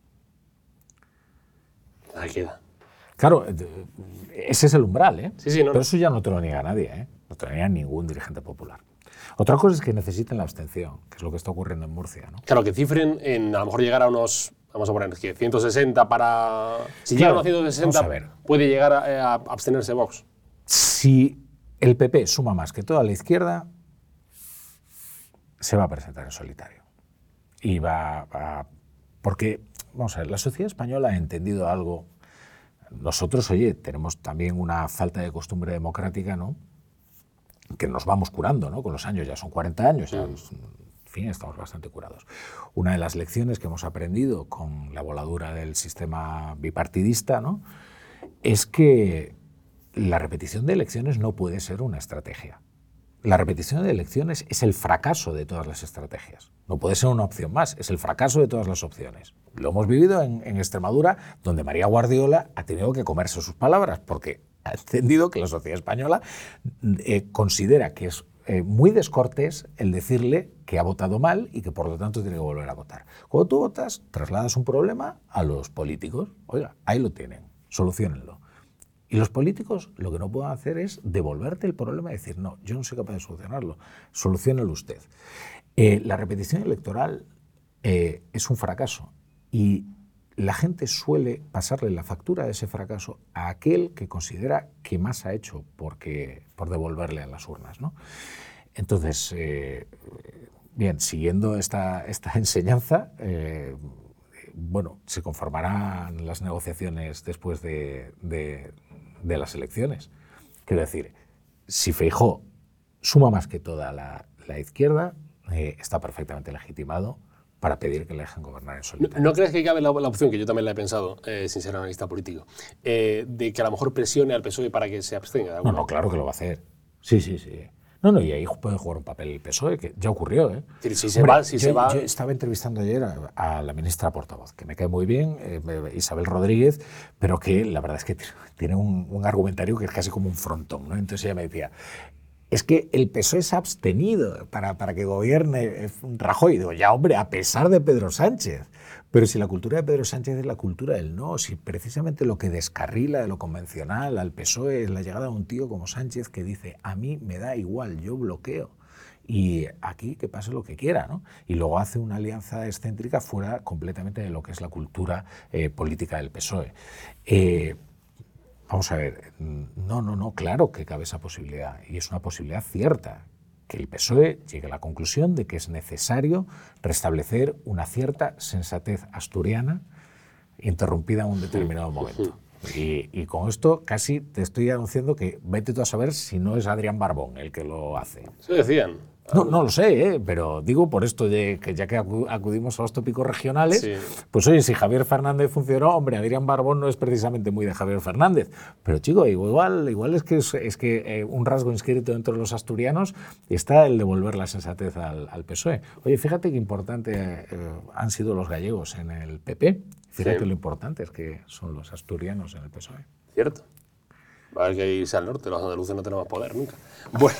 Ahí queda. Claro, ese es el umbral, ¿eh? Sí, sí, no, pero eso ya no te lo niega nadie, ¿eh? No te lo niega ningún dirigente popular. Otra cosa es que necesiten la abstención, que es lo que está ocurriendo en Murcia, ¿no? Claro, que cifren en a lo mejor llegar a unos, vamos a poner, que ciento sesenta para... Si claro, llegan a ciento sesenta, a ver. puede llegar a, a abstenerse Vox. Si el P P suma más que toda la izquierda, se va a presentar en solitario. Y va a... Porque, vamos a ver, la sociedad española ha entendido algo. Nosotros, oye, tenemos también una falta de costumbre democrática, ¿no? Que nos vamos curando, ¿no? Con los años, ya son cuarenta años, ya, en fin, estamos bastante curados. Una de las lecciones que hemos aprendido con la voladura del sistema bipartidista, ¿no? Es que la repetición de elecciones no puede ser una estrategia. La repetición de elecciones es el fracaso de todas las estrategias. No puede ser una opción más, es el fracaso de todas las opciones. Lo hemos vivido en, en Extremadura, donde María Guardiola ha tenido que comerse sus palabras, porque ha entendido que la sociedad española eh, considera que es eh, muy descortés el decirle que ha votado mal y que por lo tanto tiene que volver a votar. Cuando tú votas, trasladas un problema a los políticos. Oiga, ahí lo tienen, soluciónenlo. Y los políticos lo que no pueden hacer es devolverte el problema y decir, no, yo no soy capaz de solucionarlo, soluciónelo usted. Eh, la repetición electoral eh, es un fracaso y la gente suele pasarle la factura de ese fracaso a aquel que considera que más ha hecho porque, por devolverle a las urnas, ¿no? Entonces, eh, bien, siguiendo esta, esta enseñanza, eh, bueno, se conformarán las negociaciones después de, de, de las elecciones. Quiero decir, si Feijóo suma más que toda la, la izquierda, eh, está perfectamente legitimado para pedir que le dejen gobernar en solitario. ¿No, ¿No crees que cabe la, la opción, que yo también la he pensado, eh, sin ser analista político, eh, de que a lo mejor presione al P S O E para que se abstenga? No, no, claro que lo va a hacer. Sí, sí, sí. No, no, y ahí puede jugar un papel el P S O E, que ya ocurrió, ¿eh? Si, si se Hombre, va, si yo, se va... yo estaba entrevistando ayer a, a la ministra portavoz, que me cae muy bien, eh, Isabel Rodríguez, pero que la verdad es que tiene un, un argumentario que es casi como un frontón, ¿no? Entonces ella me decía, es que el P S O E se ha abstenido para, para que gobierne Rajoy. Y digo, ya hombre, a pesar de Pedro Sánchez. Pero si la cultura de Pedro Sánchez es la cultura del no, si precisamente lo que descarrila de lo convencional al P S O E es la llegada de un tío como Sánchez que dice, a mí me da igual, yo bloqueo. Y aquí que pase lo que quiera, ¿no? Y luego hace una alianza excéntrica fuera completamente de lo que es la cultura eh, política del P S O E. Eh, Vamos a ver, no, no, no, claro que cabe esa posibilidad, y es una posibilidad cierta, que el P S O E llegue a la conclusión de que es necesario restablecer una cierta sensatez asturiana interrumpida en un determinado momento. Y, y con esto casi te estoy anunciando que vete tú a saber si no es Adrián Barbón el que lo hace. Eso decían. No, no lo sé, ¿eh? Pero digo por esto de que ya que acudimos a los tópicos regionales, sí. Pues oye, si Javier Fernández funcionó, hombre, Adrián Barbón no es precisamente muy de Javier Fernández. Pero chico, igual, igual es que, es, es que eh, un rasgo inscrito dentro de los asturianos está el devolver la sensatez al, al P S O E. Oye, fíjate qué importante eh, han sido los gallegos en el P P. Fíjate sí. Lo importante es que son los asturianos en el P S O E. Cierto. Va a haber que irse al norte, los andaluces no tenemos poder nunca. Bueno,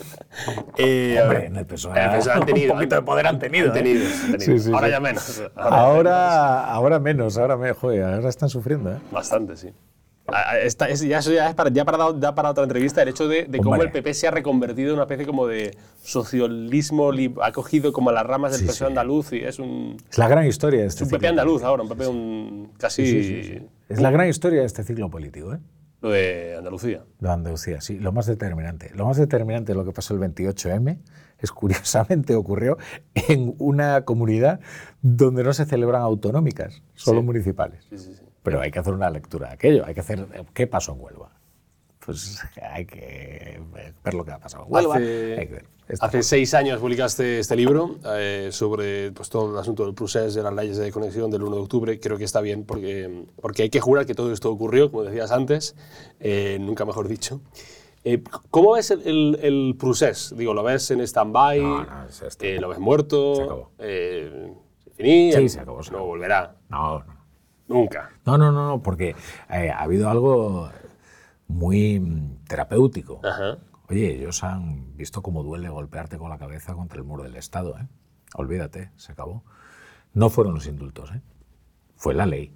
eh, hombre, en el P S O E, en el P S O E han tenido, un poquito de poder han tenido. Han tenido, ¿eh? han tenido. Sí, sí, ahora sí. ya menos. Ahora, ahora, ahora menos, ahora menos, joder, ahora están sufriendo. ¿eh? Bastante, sí. Esta, es, ya, eso ya es para, ya para, ya para otra entrevista, el hecho de, de cómo el P P se ha reconvertido en una especie como de socialismo, ha cogido como las ramas del sí, P S O E sí. andaluz y es un... Es la gran historia de este Es un ciclo P P andaluz político. ahora, un P P un, casi... Sí, sí, sí, sí. Es la gran historia de este ciclo político, ¿eh? Lo de Andalucía. Lo de Andalucía, sí. Lo más determinante. Lo más determinante de lo que pasó el veintiocho eme es, curiosamente, ocurrió en una comunidad donde no se celebran autonómicas, solo sí. municipales. Sí, sí, sí. Pero hay que hacer una lectura de aquello. Hay que hacer qué pasó en Huelva. Pues hay que ver lo que ha pasado en Huelva. Hace, hay que ver. hace seis años publicaste este libro eh, sobre pues, todo el asunto del procés de las leyes de conexión del uno de octubre. Creo que está bien porque, porque hay que jurar que todo esto ocurrió, como decías antes, eh, nunca mejor dicho. Eh, ¿Cómo ves el, el, el procés? Digo, ¿lo ves en stand-by? No, no, es este. eh, ¿Lo ves muerto? Se acabó. Eh, ¿Se finí? Sí, se acabó. Se no acabó. volverá. No, no. Nunca. No, no, no, no porque eh, ha habido algo muy mm, terapéutico. Ajá. Oye, ellos han visto cómo duele golpearte con la cabeza contra el muro del Estado, ¿eh? Olvídate, se acabó. No fueron los indultos, ¿eh? Fue la ley.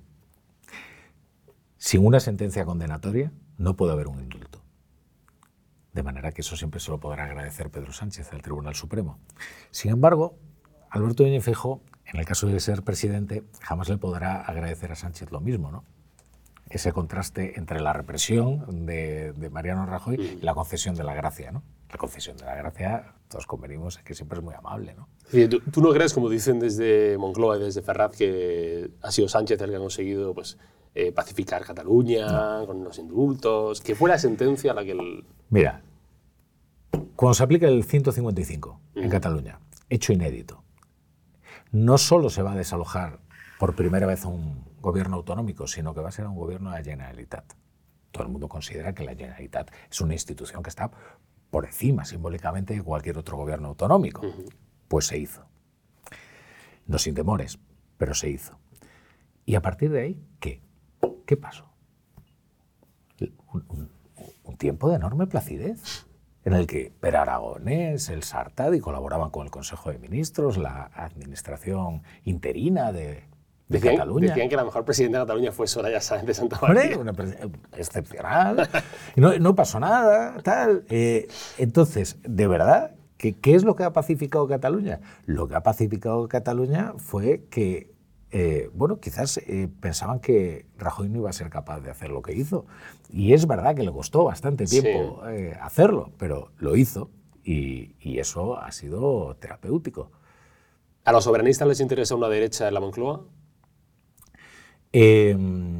Sin una sentencia condenatoria no puede haber un indulto. De manera que eso siempre se lo podrá agradecer Pedro Sánchez al Tribunal Supremo. Sin embargo, Alberto Núñez Feijóo, en el caso de ser presidente, jamás le podrá agradecer a Sánchez lo mismo, ¿no? Ese contraste entre la represión de, de Mariano Rajoy y la concesión de la gracia, ¿no? La concesión de la gracia, todos convenimos, es que siempre es muy amable, ¿no? Sí, ¿tú, ¿Tú no crees, como dicen desde Moncloa y desde Ferraz, que ha sido Sánchez el que ha conseguido pues, eh, pacificar Cataluña no. con los indultos? ¿Qué fue la sentencia a la que el...? Mira, cuando se aplica el ciento cincuenta y cinco uh-huh. en Cataluña, hecho inédito, no solo se va a desalojar por primera vez un gobierno autonómico, sino que va a ser un gobierno de la Generalitat. Todo el mundo considera que la Generalitat es una institución que está por encima simbólicamente de cualquier otro gobierno autonómico. Uh-huh. Pues se hizo. No sin temores, pero se hizo. Y a partir de ahí, ¿qué? ¿Qué pasó? Un, un, un tiempo de enorme placidez, en el que Per Aragonés, el Sartadi colaboraban con el Consejo de Ministros, la administración interina de, de decían, Cataluña. Decían que la mejor presidenta de Cataluña fue Soraya Sáenz de Santamaría. Hombre, una excepcional, y no, no pasó nada, tal. Eh, entonces, de verdad, ¿qué, ¿qué es lo que ha pacificado Cataluña? Lo que ha pacificado Cataluña fue que Eh, bueno, quizás eh, pensaban que Rajoy no iba a ser capaz de hacer lo que hizo. Y es verdad que le costó bastante tiempo sí. eh, hacerlo, pero lo hizo y, y eso ha sido terapéutico. ¿A los soberanistas les interesa una derecha en la Moncloa? Eh,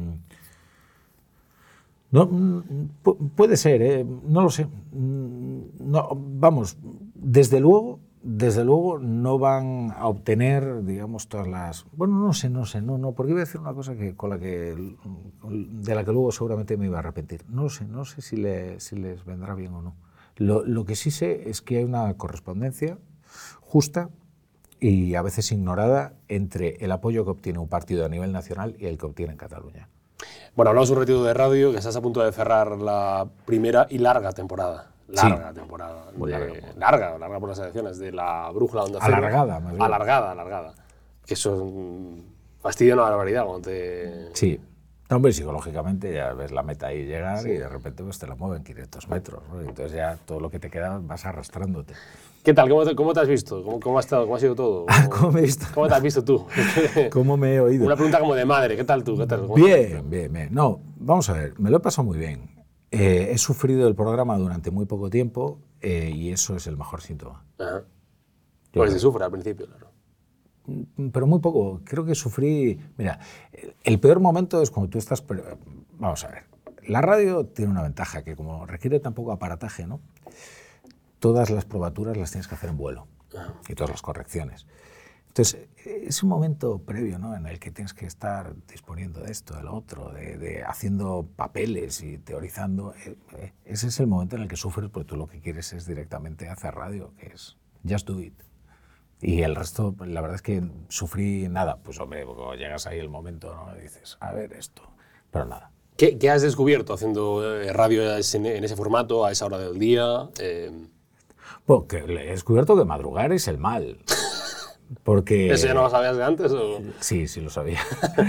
no, puede ser, eh, no lo sé. No, vamos, desde luego... Desde luego no van a obtener, digamos, todas las... Bueno, no sé, no sé, no, no, porque iba a decir una cosa que, con la que, de la que luego seguramente me iba a arrepentir. No lo sé, no sé si, le, si les vendrá bien o no. Lo, lo que sí sé es que hay una correspondencia justa y a veces ignorada entre el apoyo que obtiene un partido a nivel nacional y el que obtiene en Cataluña. Bueno, hablamos de un retiro de radio, que estás a punto de cerrar la primera y larga temporada. Larga sí. temporada. Muy larga. De, larga, larga por las elecciones, de la brújula Onda Cero. Alargada, más bien. Alargada, alargada. Que eso fastidia una barbaridad cuando te... Sí. No, hombre, psicológicamente ya ves la meta ahí llegar sí. y de repente pues, te la mueven quinientos metros, ¿no? Y entonces ya todo lo que te queda vas arrastrándote. ¿Qué tal? ¿Cómo te, cómo te has visto? ¿Cómo, cómo, ha estado, ¿Cómo ha sido todo? ¿Cómo, ¿Cómo me he visto? ¿Cómo te has visto tú? ¿Cómo me he oído? Una pregunta como de madre. ¿Qué tal tú? ¿Qué tal? Bien, bien, bien. No, vamos a ver, me lo he pasado muy bien. Eh, he sufrido el programa durante muy poco tiempo eh, y eso es el mejor síntoma. Ajá. Pues se sufre al principio, claro. Pero muy poco. Creo que sufrí... Mira, el peor momento es cuando tú estás... Vamos a ver. La radio tiene una ventaja que como requiere tan poco aparataje, ¿no? Todas las probaturas las tienes que hacer en vuelo. Ajá. Y todas las correcciones. Entonces, es un momento previo, ¿no?, en el que tienes que estar disponiendo de esto, de lo otro, de, de haciendo papeles y teorizando. Ese es el momento en el que sufres, porque tú lo que quieres es directamente hacer radio, que es just do it. Y el resto, la verdad es que sufrí nada. Pues hombre, cuando llegas ahí el momento, ¿no?, y dices, a ver esto, pero nada. ¿Qué, qué has descubierto haciendo radio en ese formato, a esa hora del día? Eh... Bueno, que he descubierto que madrugar es el mal. Porque, ¿Eso ya no lo sabías de antes? ¿O? Sí, sí lo sabía.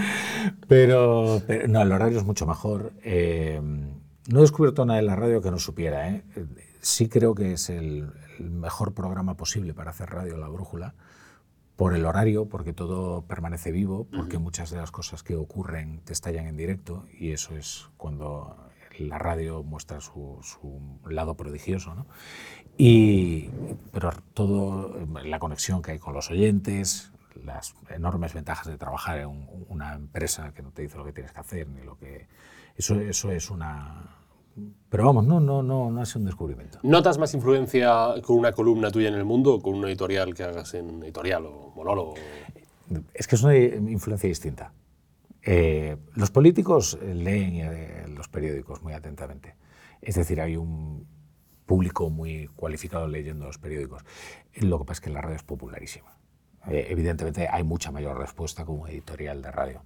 pero, pero no, el horario es mucho mejor. Eh, no he descubierto nada en la radio que no supiera. ¿eh? Sí creo que es el, el mejor programa posible para hacer radio, La Brújula, por el horario, porque todo permanece vivo, porque uh-huh. muchas de las cosas que ocurren te estallan en directo y eso es cuando la radio muestra su, su lado prodigioso, ¿no? Y, pero todo, la conexión que hay con los oyentes, las enormes ventajas de trabajar en un, una empresa que no te dice lo que tienes que hacer, ni lo que... Eso, eso es una... Pero vamos, no, no, no, no ha sido un descubrimiento. ¿Notas más influencia con una columna tuya en El Mundo o con un editorial que hagas en editorial o monólogo? Es que es una influencia distinta. Eh, los políticos leen eh, los periódicos muy atentamente. Es decir, hay un público muy cualificado leyendo los periódicos. Lo que pasa es que la radio es popularísima. Eh, evidentemente hay mucha mayor respuesta como editorial de radio.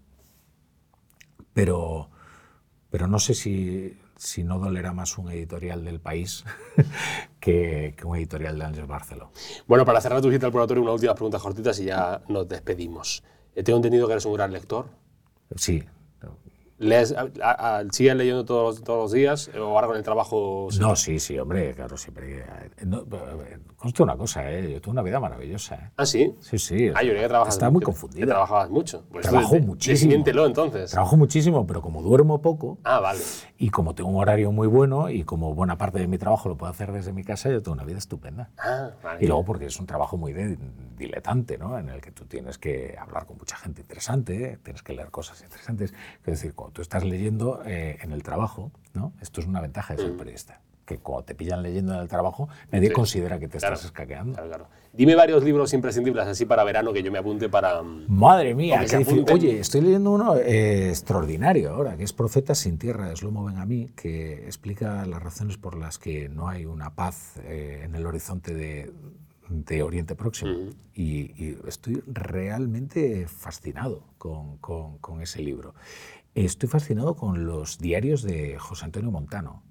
Pero, pero no sé si, si no dolerá más un editorial del País que, que un editorial de Àngels Barceló. Bueno, para cerrar tu visita al laboratorio, unas últimas preguntas cortitas y ya nos despedimos. Eh, tengo entendido que eres un gran lector. Sí. ¿Lees, a, a, ¿Sigues leyendo todos, todos los días o ahora con el trabajo? No, sí, sí, hombre, claro, siempre. No, consta una cosa, ¿eh? Yo tuve una vida maravillosa. ¿eh? ¿Ah, sí? Sí, sí. Ah, yo creía que trabajabas Estaba muy confundido. Trabajabas mucho. Pues Trabajo de, muchísimo. Desmiéntelo, entonces. Trabajo muchísimo, pero como duermo poco. Ah, vale. Y como tengo un horario muy bueno y como buena parte de mi trabajo lo puedo hacer desde mi casa, yo tengo una vida estupenda. Ah, vale. Y luego porque es un trabajo muy de, diletante, ¿no? En el que tú tienes que hablar con mucha gente interesante, ¿eh? Tienes que leer cosas interesantes. Es decir, cuando tú estás leyendo eh, en el trabajo, ¿no? Esto es una ventaja de ser mm. periodista. Que cuando te pillan leyendo en el trabajo, nadie sí. considera que te claro, estás escaqueando. Claro, claro. Dime varios libros imprescindibles así para verano que yo me apunte para... Madre mía, qué difícil. Oye, estoy leyendo uno eh, extraordinario ahora, que es Profetas sin tierra, de Shlomo Ben Ami, que explica las razones por las que no hay una paz eh, en el horizonte de, de Oriente Próximo. Uh-huh. y, y estoy realmente fascinado con, con, con ese libro. Estoy fascinado con los diarios de José Antonio Montano.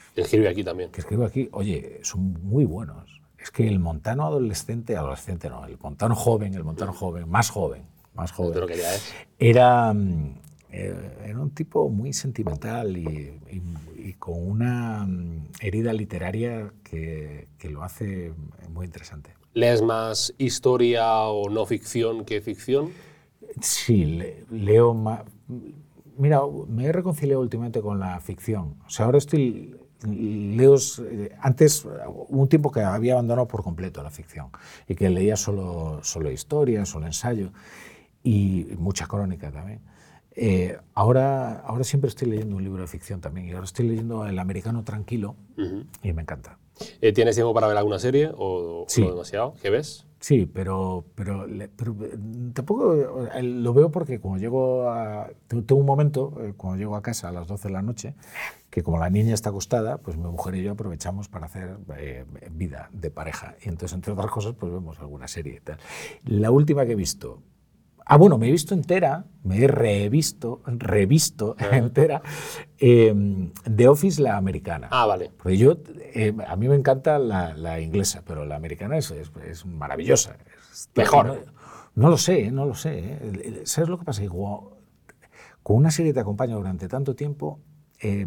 Escribe aquí también. Que escribo aquí, oye, son muy buenos. Es que el montano adolescente, adolescente no, el montano joven, el montano joven, más joven, más joven, De lo que ya es. era, eh, era un tipo muy sentimental y, y, y con una herida literaria que, que lo hace muy interesante. ¿Lees más historia o no ficción que ficción? Sí, le, leo más. Mira, me he reconciliado últimamente con la ficción. O sea, ahora estoy. Leo. Antes, hubo un tiempo que había abandonado por completo la ficción y que leía solo, solo historia, solo ensayo y mucha crónica también. Eh, ahora, ahora siempre estoy leyendo un libro de ficción también y ahora estoy leyendo El americano tranquilo uh-huh. y me encanta. Eh, ¿Tienes tiempo para ver alguna serie o sí. no demasiado? ¿Qué ves? Sí, pero, pero, pero tampoco lo veo porque cuando llego a... Tengo un momento, cuando llego a casa a las doce de la noche, que como la niña está acostada, pues mi mujer y yo aprovechamos para hacer eh, vida de pareja. Y entonces, entre otras cosas, pues vemos alguna serie y tal. La última que he visto... Ah, bueno, me he visto entera, me he revisto, revisto uh-huh. entera, eh, The Office, la americana. Ah, vale. Porque yo, eh, a mí me encanta la, la inglesa, pero la americana es, es, es maravillosa. Es mejor. No, no lo sé, no lo sé. ¿eh? ¿Sabes lo que pasa? Que con una serie te acompaña durante tanto tiempo, eh,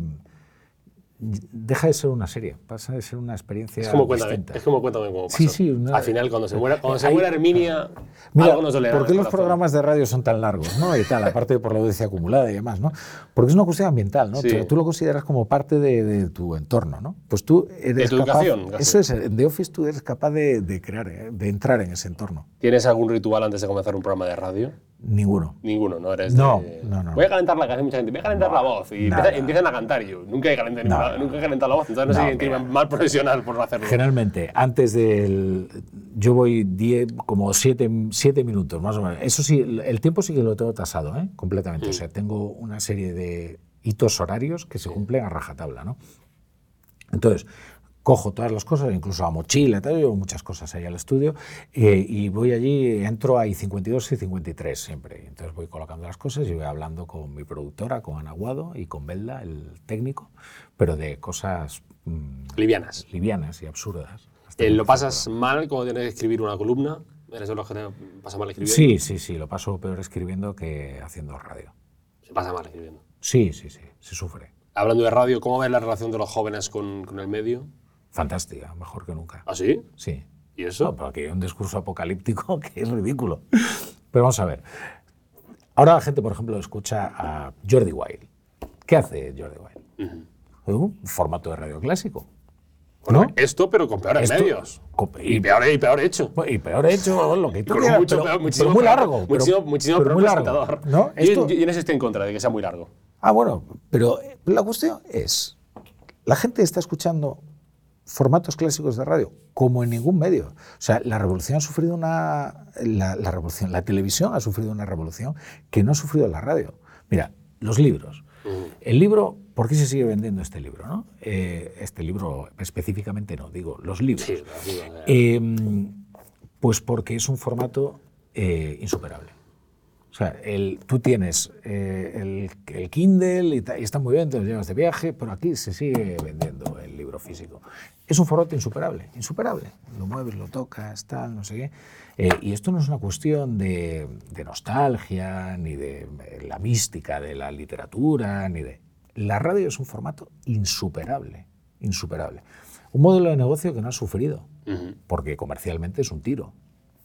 deja de ser una serie, pasa de ser una experiencia es como distinta. Cuéntame, es como Cuéntame cómo pasó. Sí, sí, una, Al final, cuando se muera, cuando se muera Herminia, mira, algo nos dolerá. ¿por qué los programas de radio son tan largos? ¿No? Y tal, aparte por la audiencia acumulada y demás, ¿no? Porque es una cuestión ambiental, ¿no? Sí. Tú, tú lo consideras como parte de, de tu entorno, ¿no? Pues tú eres de tu capaz, educación. Eso es, en The Office tú eres capaz de, de crear, ¿eh? de entrar en ese entorno. ¿Tienes algún ritual antes de comenzar un programa de radio? Ninguno. Ninguno, ¿no? Eres no, de... no, no. Voy a calentar la casa, mucha gente. Voy a calentar no, la voz. Y empieza, empiezan a cantar y yo. Nunca he calentado, no, ninguna, no, nunca he calentado la voz. Entonces no, no sé si es mal profesional por no hacerlo. Generalmente, antes del... Yo voy diez, como siete, siete minutos, más o menos. Eso sí, el tiempo sí que lo tengo tasado, ¿eh? Completamente. Mm. O sea, tengo una serie de hitos horarios que se sí. cumplen a rajatabla, ¿no? Entonces... Cojo todas las cosas, incluso la mochila, tal, llevo muchas cosas ahí al estudio eh, y voy allí, entro a I cincuenta y dos y cincuenta y tres siempre. Entonces voy colocando las cosas y voy hablando con mi productora, con Ana Guado y con Belda, el técnico, pero de cosas... Mmm, livianas. Livianas y absurdas. Eh, ¿Lo pasas mal cuando tienes que escribir una columna? ¿Eres de los que te pasa mal escribiendo? Sí, sí, sí, lo paso peor escribiendo que haciendo radio. ¿Se pasa mal escribiendo? Sí, sí, sí, se sufre. Hablando de radio, ¿cómo ves la relación de los jóvenes con, con el medio? Fantástica, mejor que nunca. ¿Ah, sí? Sí. ¿Y eso? No, pero aquí hay un discurso apocalíptico que es ridículo. Pero vamos a ver. Ahora la gente, por ejemplo, escucha a Jordi Wild. ¿Qué hace Jordi Wild? Uh-huh. Un formato de radio clásico. Bueno, ¿no? Esto, pero con peores esto, medios. Con, y, y, peor, y peor hecho. Y peor hecho, lo que tú con quieras, mucho pero, peor, pero muchísimo muy peor, largo. Muchísimo, pero, muchísimo pero peor muy presentador. largo, ¿no? Esto, yo, yo en eso estoy en contra de que sea muy largo. Ah, bueno, pero la cuestión es, la gente está escuchando formatos clásicos de radio, como en ningún medio. O sea, la revolución ha sufrido una... La, la, revolución, la televisión ha sufrido una revolución que no ha sufrido la radio. Mira, los libros. Uh-huh. El libro, ¿por qué se sigue vendiendo este libro? ¿no? Eh, este libro específicamente no, digo, los libros. Sí, digo, eh, pues porque es un formato eh, insuperable. O sea, el, tú tienes eh, el, el Kindle y, ta, y está muy bien, te lo llevas de viaje, pero aquí se sigue vendiendo el libro físico. Es un formato insuperable, insuperable. Lo mueves, lo tocas, tal, no sé qué. Eh, y esto no es una cuestión de, de nostalgia, ni de la mística de la literatura, ni de... La radio es un formato insuperable, insuperable. Un modelo de negocio que no ha sufrido, uh-huh. porque comercialmente es un tiro.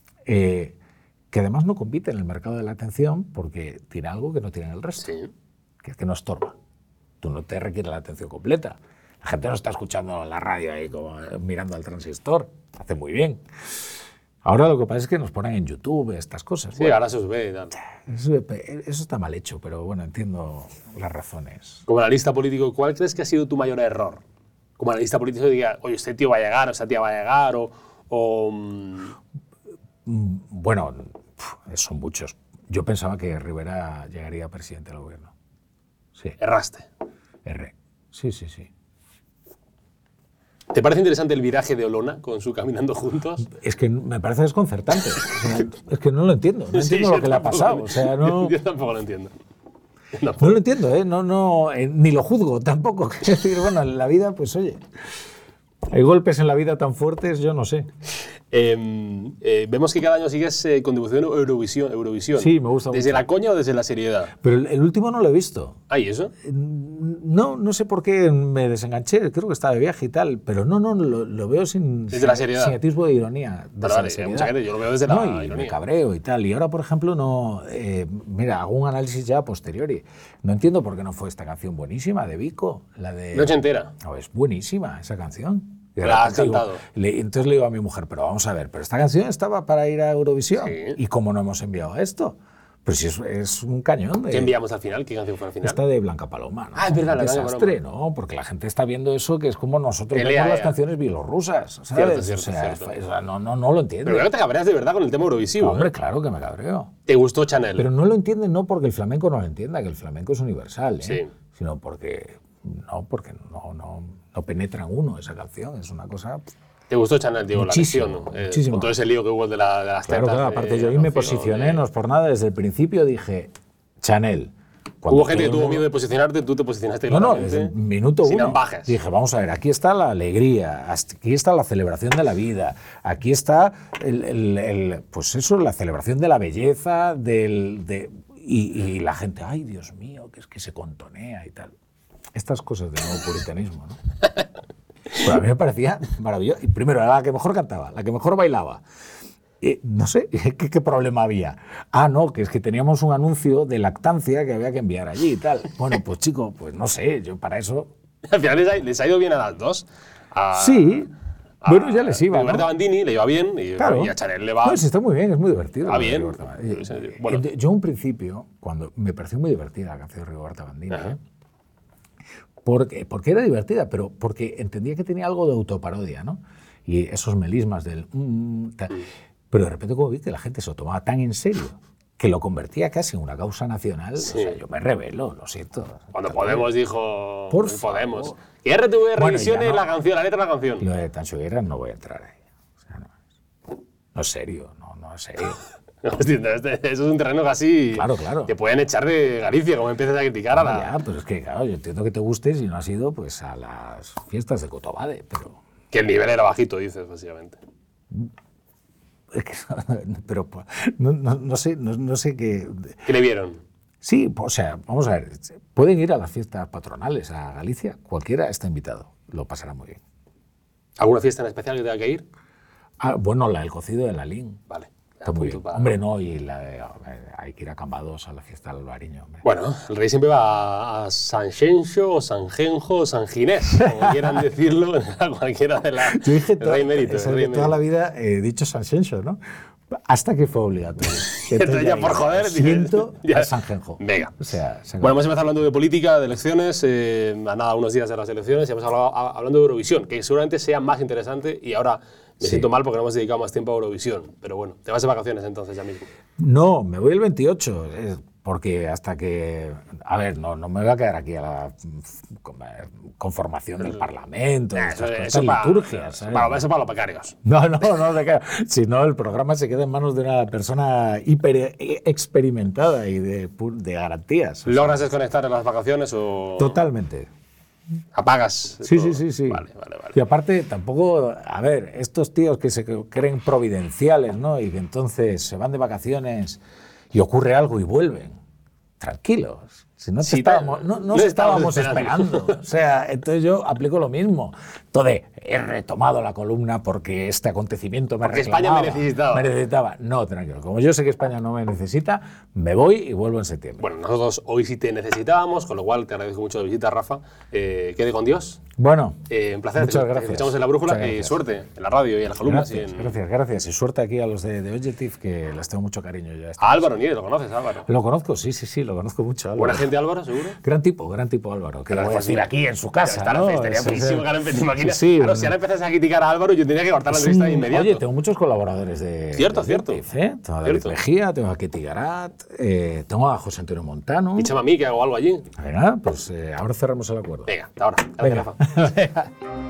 Eh, que además no compite en el mercado de la atención porque tiene algo que no tiene el resto, sí. que es que no estorba. Tú no te requiere la atención completa. La gente no está escuchando la radio ahí como mirando al transistor. Hace muy bien. Ahora lo que pasa es que nos ponen en YouTube estas cosas. Sí, bueno, ahora se os ve y tal. Eso, eso está mal hecho, pero bueno, entiendo las razones. Como analista político, ¿cuál crees que ha sido tu mayor error? Como analista político diga, oye, este tío va a llegar, o esta tía va a llegar, o... o Bueno, son muchos. Yo pensaba que Rivera llegaría a presidente del gobierno. Sí. Erraste. Erré. Sí, sí, sí. ¿Te parece interesante el viraje de Olona con su Caminando Juntos? Es que me parece desconcertante. O sea, es que no lo entiendo. No entiendo sí, lo que le ha pasado. O sea, no... Yo tampoco lo entiendo. No lo entiendo, ¿eh? No, no, eh, ni lo juzgo tampoco. Es decir, bueno, en la vida, pues oye, hay golpes en la vida tan fuertes, yo no sé. Eh, eh, vemos que cada año sigues eh, contribución a Eurovisión, Eurovisión. Sí, me gusta ¿Desde mucho. la coña o desde la seriedad? Pero el, el último no lo he visto. Ah, ¿y eso? No, no sé por qué me desenganché, creo que estaba de viaje y tal, pero no, no, lo, lo veo sin, Desde sin, la seriedad. sin atisbo de ironía. Pero vale, hay mucha gente, yo lo veo desde la no, y ironía. me cabreo y tal. Y ahora, por ejemplo, no, eh, mira, hago un análisis ya a posteriori. No entiendo por qué no fue esta canción buenísima de Vico, la de... Noche entera. No, es buenísima esa canción. Y de La has repente digo- cantado. le- entonces le digo a mi mujer, pero vamos a ver, pero esta canción estaba para ir a Eurovisión. Sí. ¿Y cómo no hemos enviado esto? Pues si es, es un cañón. De, ¿Qué enviamos al final? ¿Qué canción fue al final? esta de Blanca Paloma, ¿no? Ah, es verdad, Un la Blanca desastre, ¿no? Porque la gente está viendo eso que es como nosotros Elea, vemos las ea. canciones bielorrusas, ¿sabes? Cierto, cierto, o sea, cierto. es- o sea, no, no, no lo entiende. Pero creo que te cabreas de verdad con el tema Eurovisivo. Hombre, ¿eh? claro que me cabreo. ¿Te gustó Chanel? Pero no lo entienden no porque el flamenco no lo entienda, que el flamenco es universal, ¿eh? Sí. Sino porque no, porque no, no, no penetra en uno esa canción, es una cosa... ¿Te gustó Chanel, digo, Muchísimo, la lesión? ¿no? Eh, muchísimo. con todo ese lío que hubo de, la, de las Claro, tetas. claro, de aparte yo ahí me Rocío, posicioné, de- no es por nada, desde el principio dije, Chanel. Cuando Hubo gente que todo el tuvo mundo- miedo de posicionarte, tú te posicionaste No, no, claramente, desde el minuto sin uno. ambajes. Dije, vamos a ver, aquí está la alegría, hasta- aquí está la celebración de la vida, aquí está el, el- el- pues eso, la celebración de la belleza, del, de, y, y la gente, ay, Dios mío, que es que se contonea y tal. Estas cosas del nuevo puritanismo, ¿no? Pero a mí me parecía maravilloso. Y primero, era la que mejor cantaba, la que mejor bailaba. Eh, no sé, ¿qué, ¿qué problema había? Ah, no, que es que teníamos un anuncio de lactancia que había que enviar allí y tal. Bueno, pues chico, pues no sé, yo para eso... Al final les ha, les ha ido bien a las dos. A- Sí, a- bueno, ya les iba, Roberta ¿no? Bandini le iba bien y, Claro. y a Chanel le va... No, sí, está muy bien, es muy divertido. Va lo de bien. Rigoberta Bandini. Sí, sí, bueno. Eh, Yo, un principio, cuando me pareció muy divertida la canción de Rigoberta Bandini, Ajá. ¿eh? porque, porque era divertida, pero porque entendía que tenía algo de autoparodia, ¿no? Y esos melismas del... mm, tal. Pero de repente como vi que la gente se lo tomaba tan en serio que lo convertía casi en una causa nacional, Sí. o sea, yo me rebelo, lo siento. Cuando Podemos dijo... Por Podemos. favor. Que R T V Bueno, revisione ya no. la canción, la letra de la canción. Lo de Tancho Guerra no voy a entrar ahí. O sea, no, no es serio, no, no es serio. Hostia, este- eso es un terreno casi... Claro, claro. Te pueden echar de Galicia, como empiezas a criticar a No, la... ya, pero es que, claro, yo entiendo que te guste si no has ido pues, a las fiestas de Cotobade, pero... Que el nivel era bajito, dices, básicamente. es que- pero pues, no, no- no sé, no, no sé qué... ¿Qué le vieron? Sí, o sea, vamos a ver, pueden ir a las fiestas patronales a Galicia, cualquiera está invitado, lo pasará muy bien. ¿Alguna fiesta en especial que tenga que ir? Ah, bueno, la del cocido de la Lin. Vale. Está muy Apunto bien. para- Hombre, no, y la de- hay que ir a Cambados a la fiesta del Albariño, hombre. Bueno, el rey siempre va a San Xenxo, o San Genjo, o San Ginés, como quieran decirlo, a cualquiera de las... Yo dije el toda, rey mérito, el esa- rey toda la mérito. vida he dicho San Xenxo, ¿no? Hasta que fue obligatorio. Entonces ya digo, por joder, dices, siento ya. a San Genjo. Venga. O sea, se Bueno, hemos empezado hablando de política, de elecciones, eh, a nada, unos días de las elecciones, y hemos hablado a- hablando de Eurovisión, que seguramente sea más interesante, y ahora me Sí. siento mal porque no hemos dedicado más tiempo a Eurovisión. Pero bueno, te vas de vacaciones entonces ya mismo. No, me voy el veintiocho, eh, porque hasta que... A ver, no, no me voy a quedar aquí a la mm, con- eh, conformación del Parlamento, Eh, estas eso, cosas eso para, litúrgicas, eso ¿sabes? para- eso para los becarios. No, no, no, se queda. Si no, el programa se queda en manos de una persona hiper eh, experimentada y de, pu- de garantías. O sea, ¿Logras desconectar en las vacaciones o totalmente. apagas? Sí, todo? sí, sí, sí. Vale, vale, vale. Y aparte, tampoco, a ver, estos tíos que se creen providenciales, ¿no? Y que entonces se van de vacaciones y ocurre algo y vuelven. Tranquilos. Si no, te Sí, estábamos, tal- no, no no os estábamos estábamos esperando. esperando. O sea, entonces yo aplico lo mismo. Entonces, he retomado la columna porque este acontecimiento me Porque España reclamaba, me necesitaba. Me necesitaba. No, tranquilo. Como yo sé que España no me necesita, me voy y vuelvo en septiembre. Bueno, nosotros hoy sí te necesitábamos, con lo cual te agradezco mucho la visita, Rafa. Eh, quede con Dios. Bueno, Eh, un placer. muchas Te- te gracias. escuchamos en la brújula Muchas y gracias. suerte en la radio y en las columnas. Gracias, y en... gracias, gracias. Y suerte aquí a los de, de Objective, que les tengo mucho cariño yo. a estos. A Álvaro Nieves, ¿lo conoces, Álvaro? Lo conozco, sí, sí, sí, lo conozco mucho. Álvaro. Buena gente, Álvaro, seguro. Gran tipo, gran tipo Álvaro. Que Pero voy a pues decir mira, aquí en su casa, Está la ¿no? fiesta, estaría Es- es- buenísimo que ahora empe- ¿te imaginas? Sí, sí, Claro, un- si ahora empezás a criticar a Álvaro, yo tenía que cortar la es entrevista de un- inmediato. Oye, tengo muchos colaboradores de. Cierto, de cierto. Objective, ¿eh? Tengo a David Cierto. Mejía, tengo a Ketty Garat, eh, tengo a José Antonio Montano. Échame a mí que hago algo allí. Venga, pues eh, ahora cerramos el acuerdo. Venga, hasta ahora. Gracias, Venga. Rafa.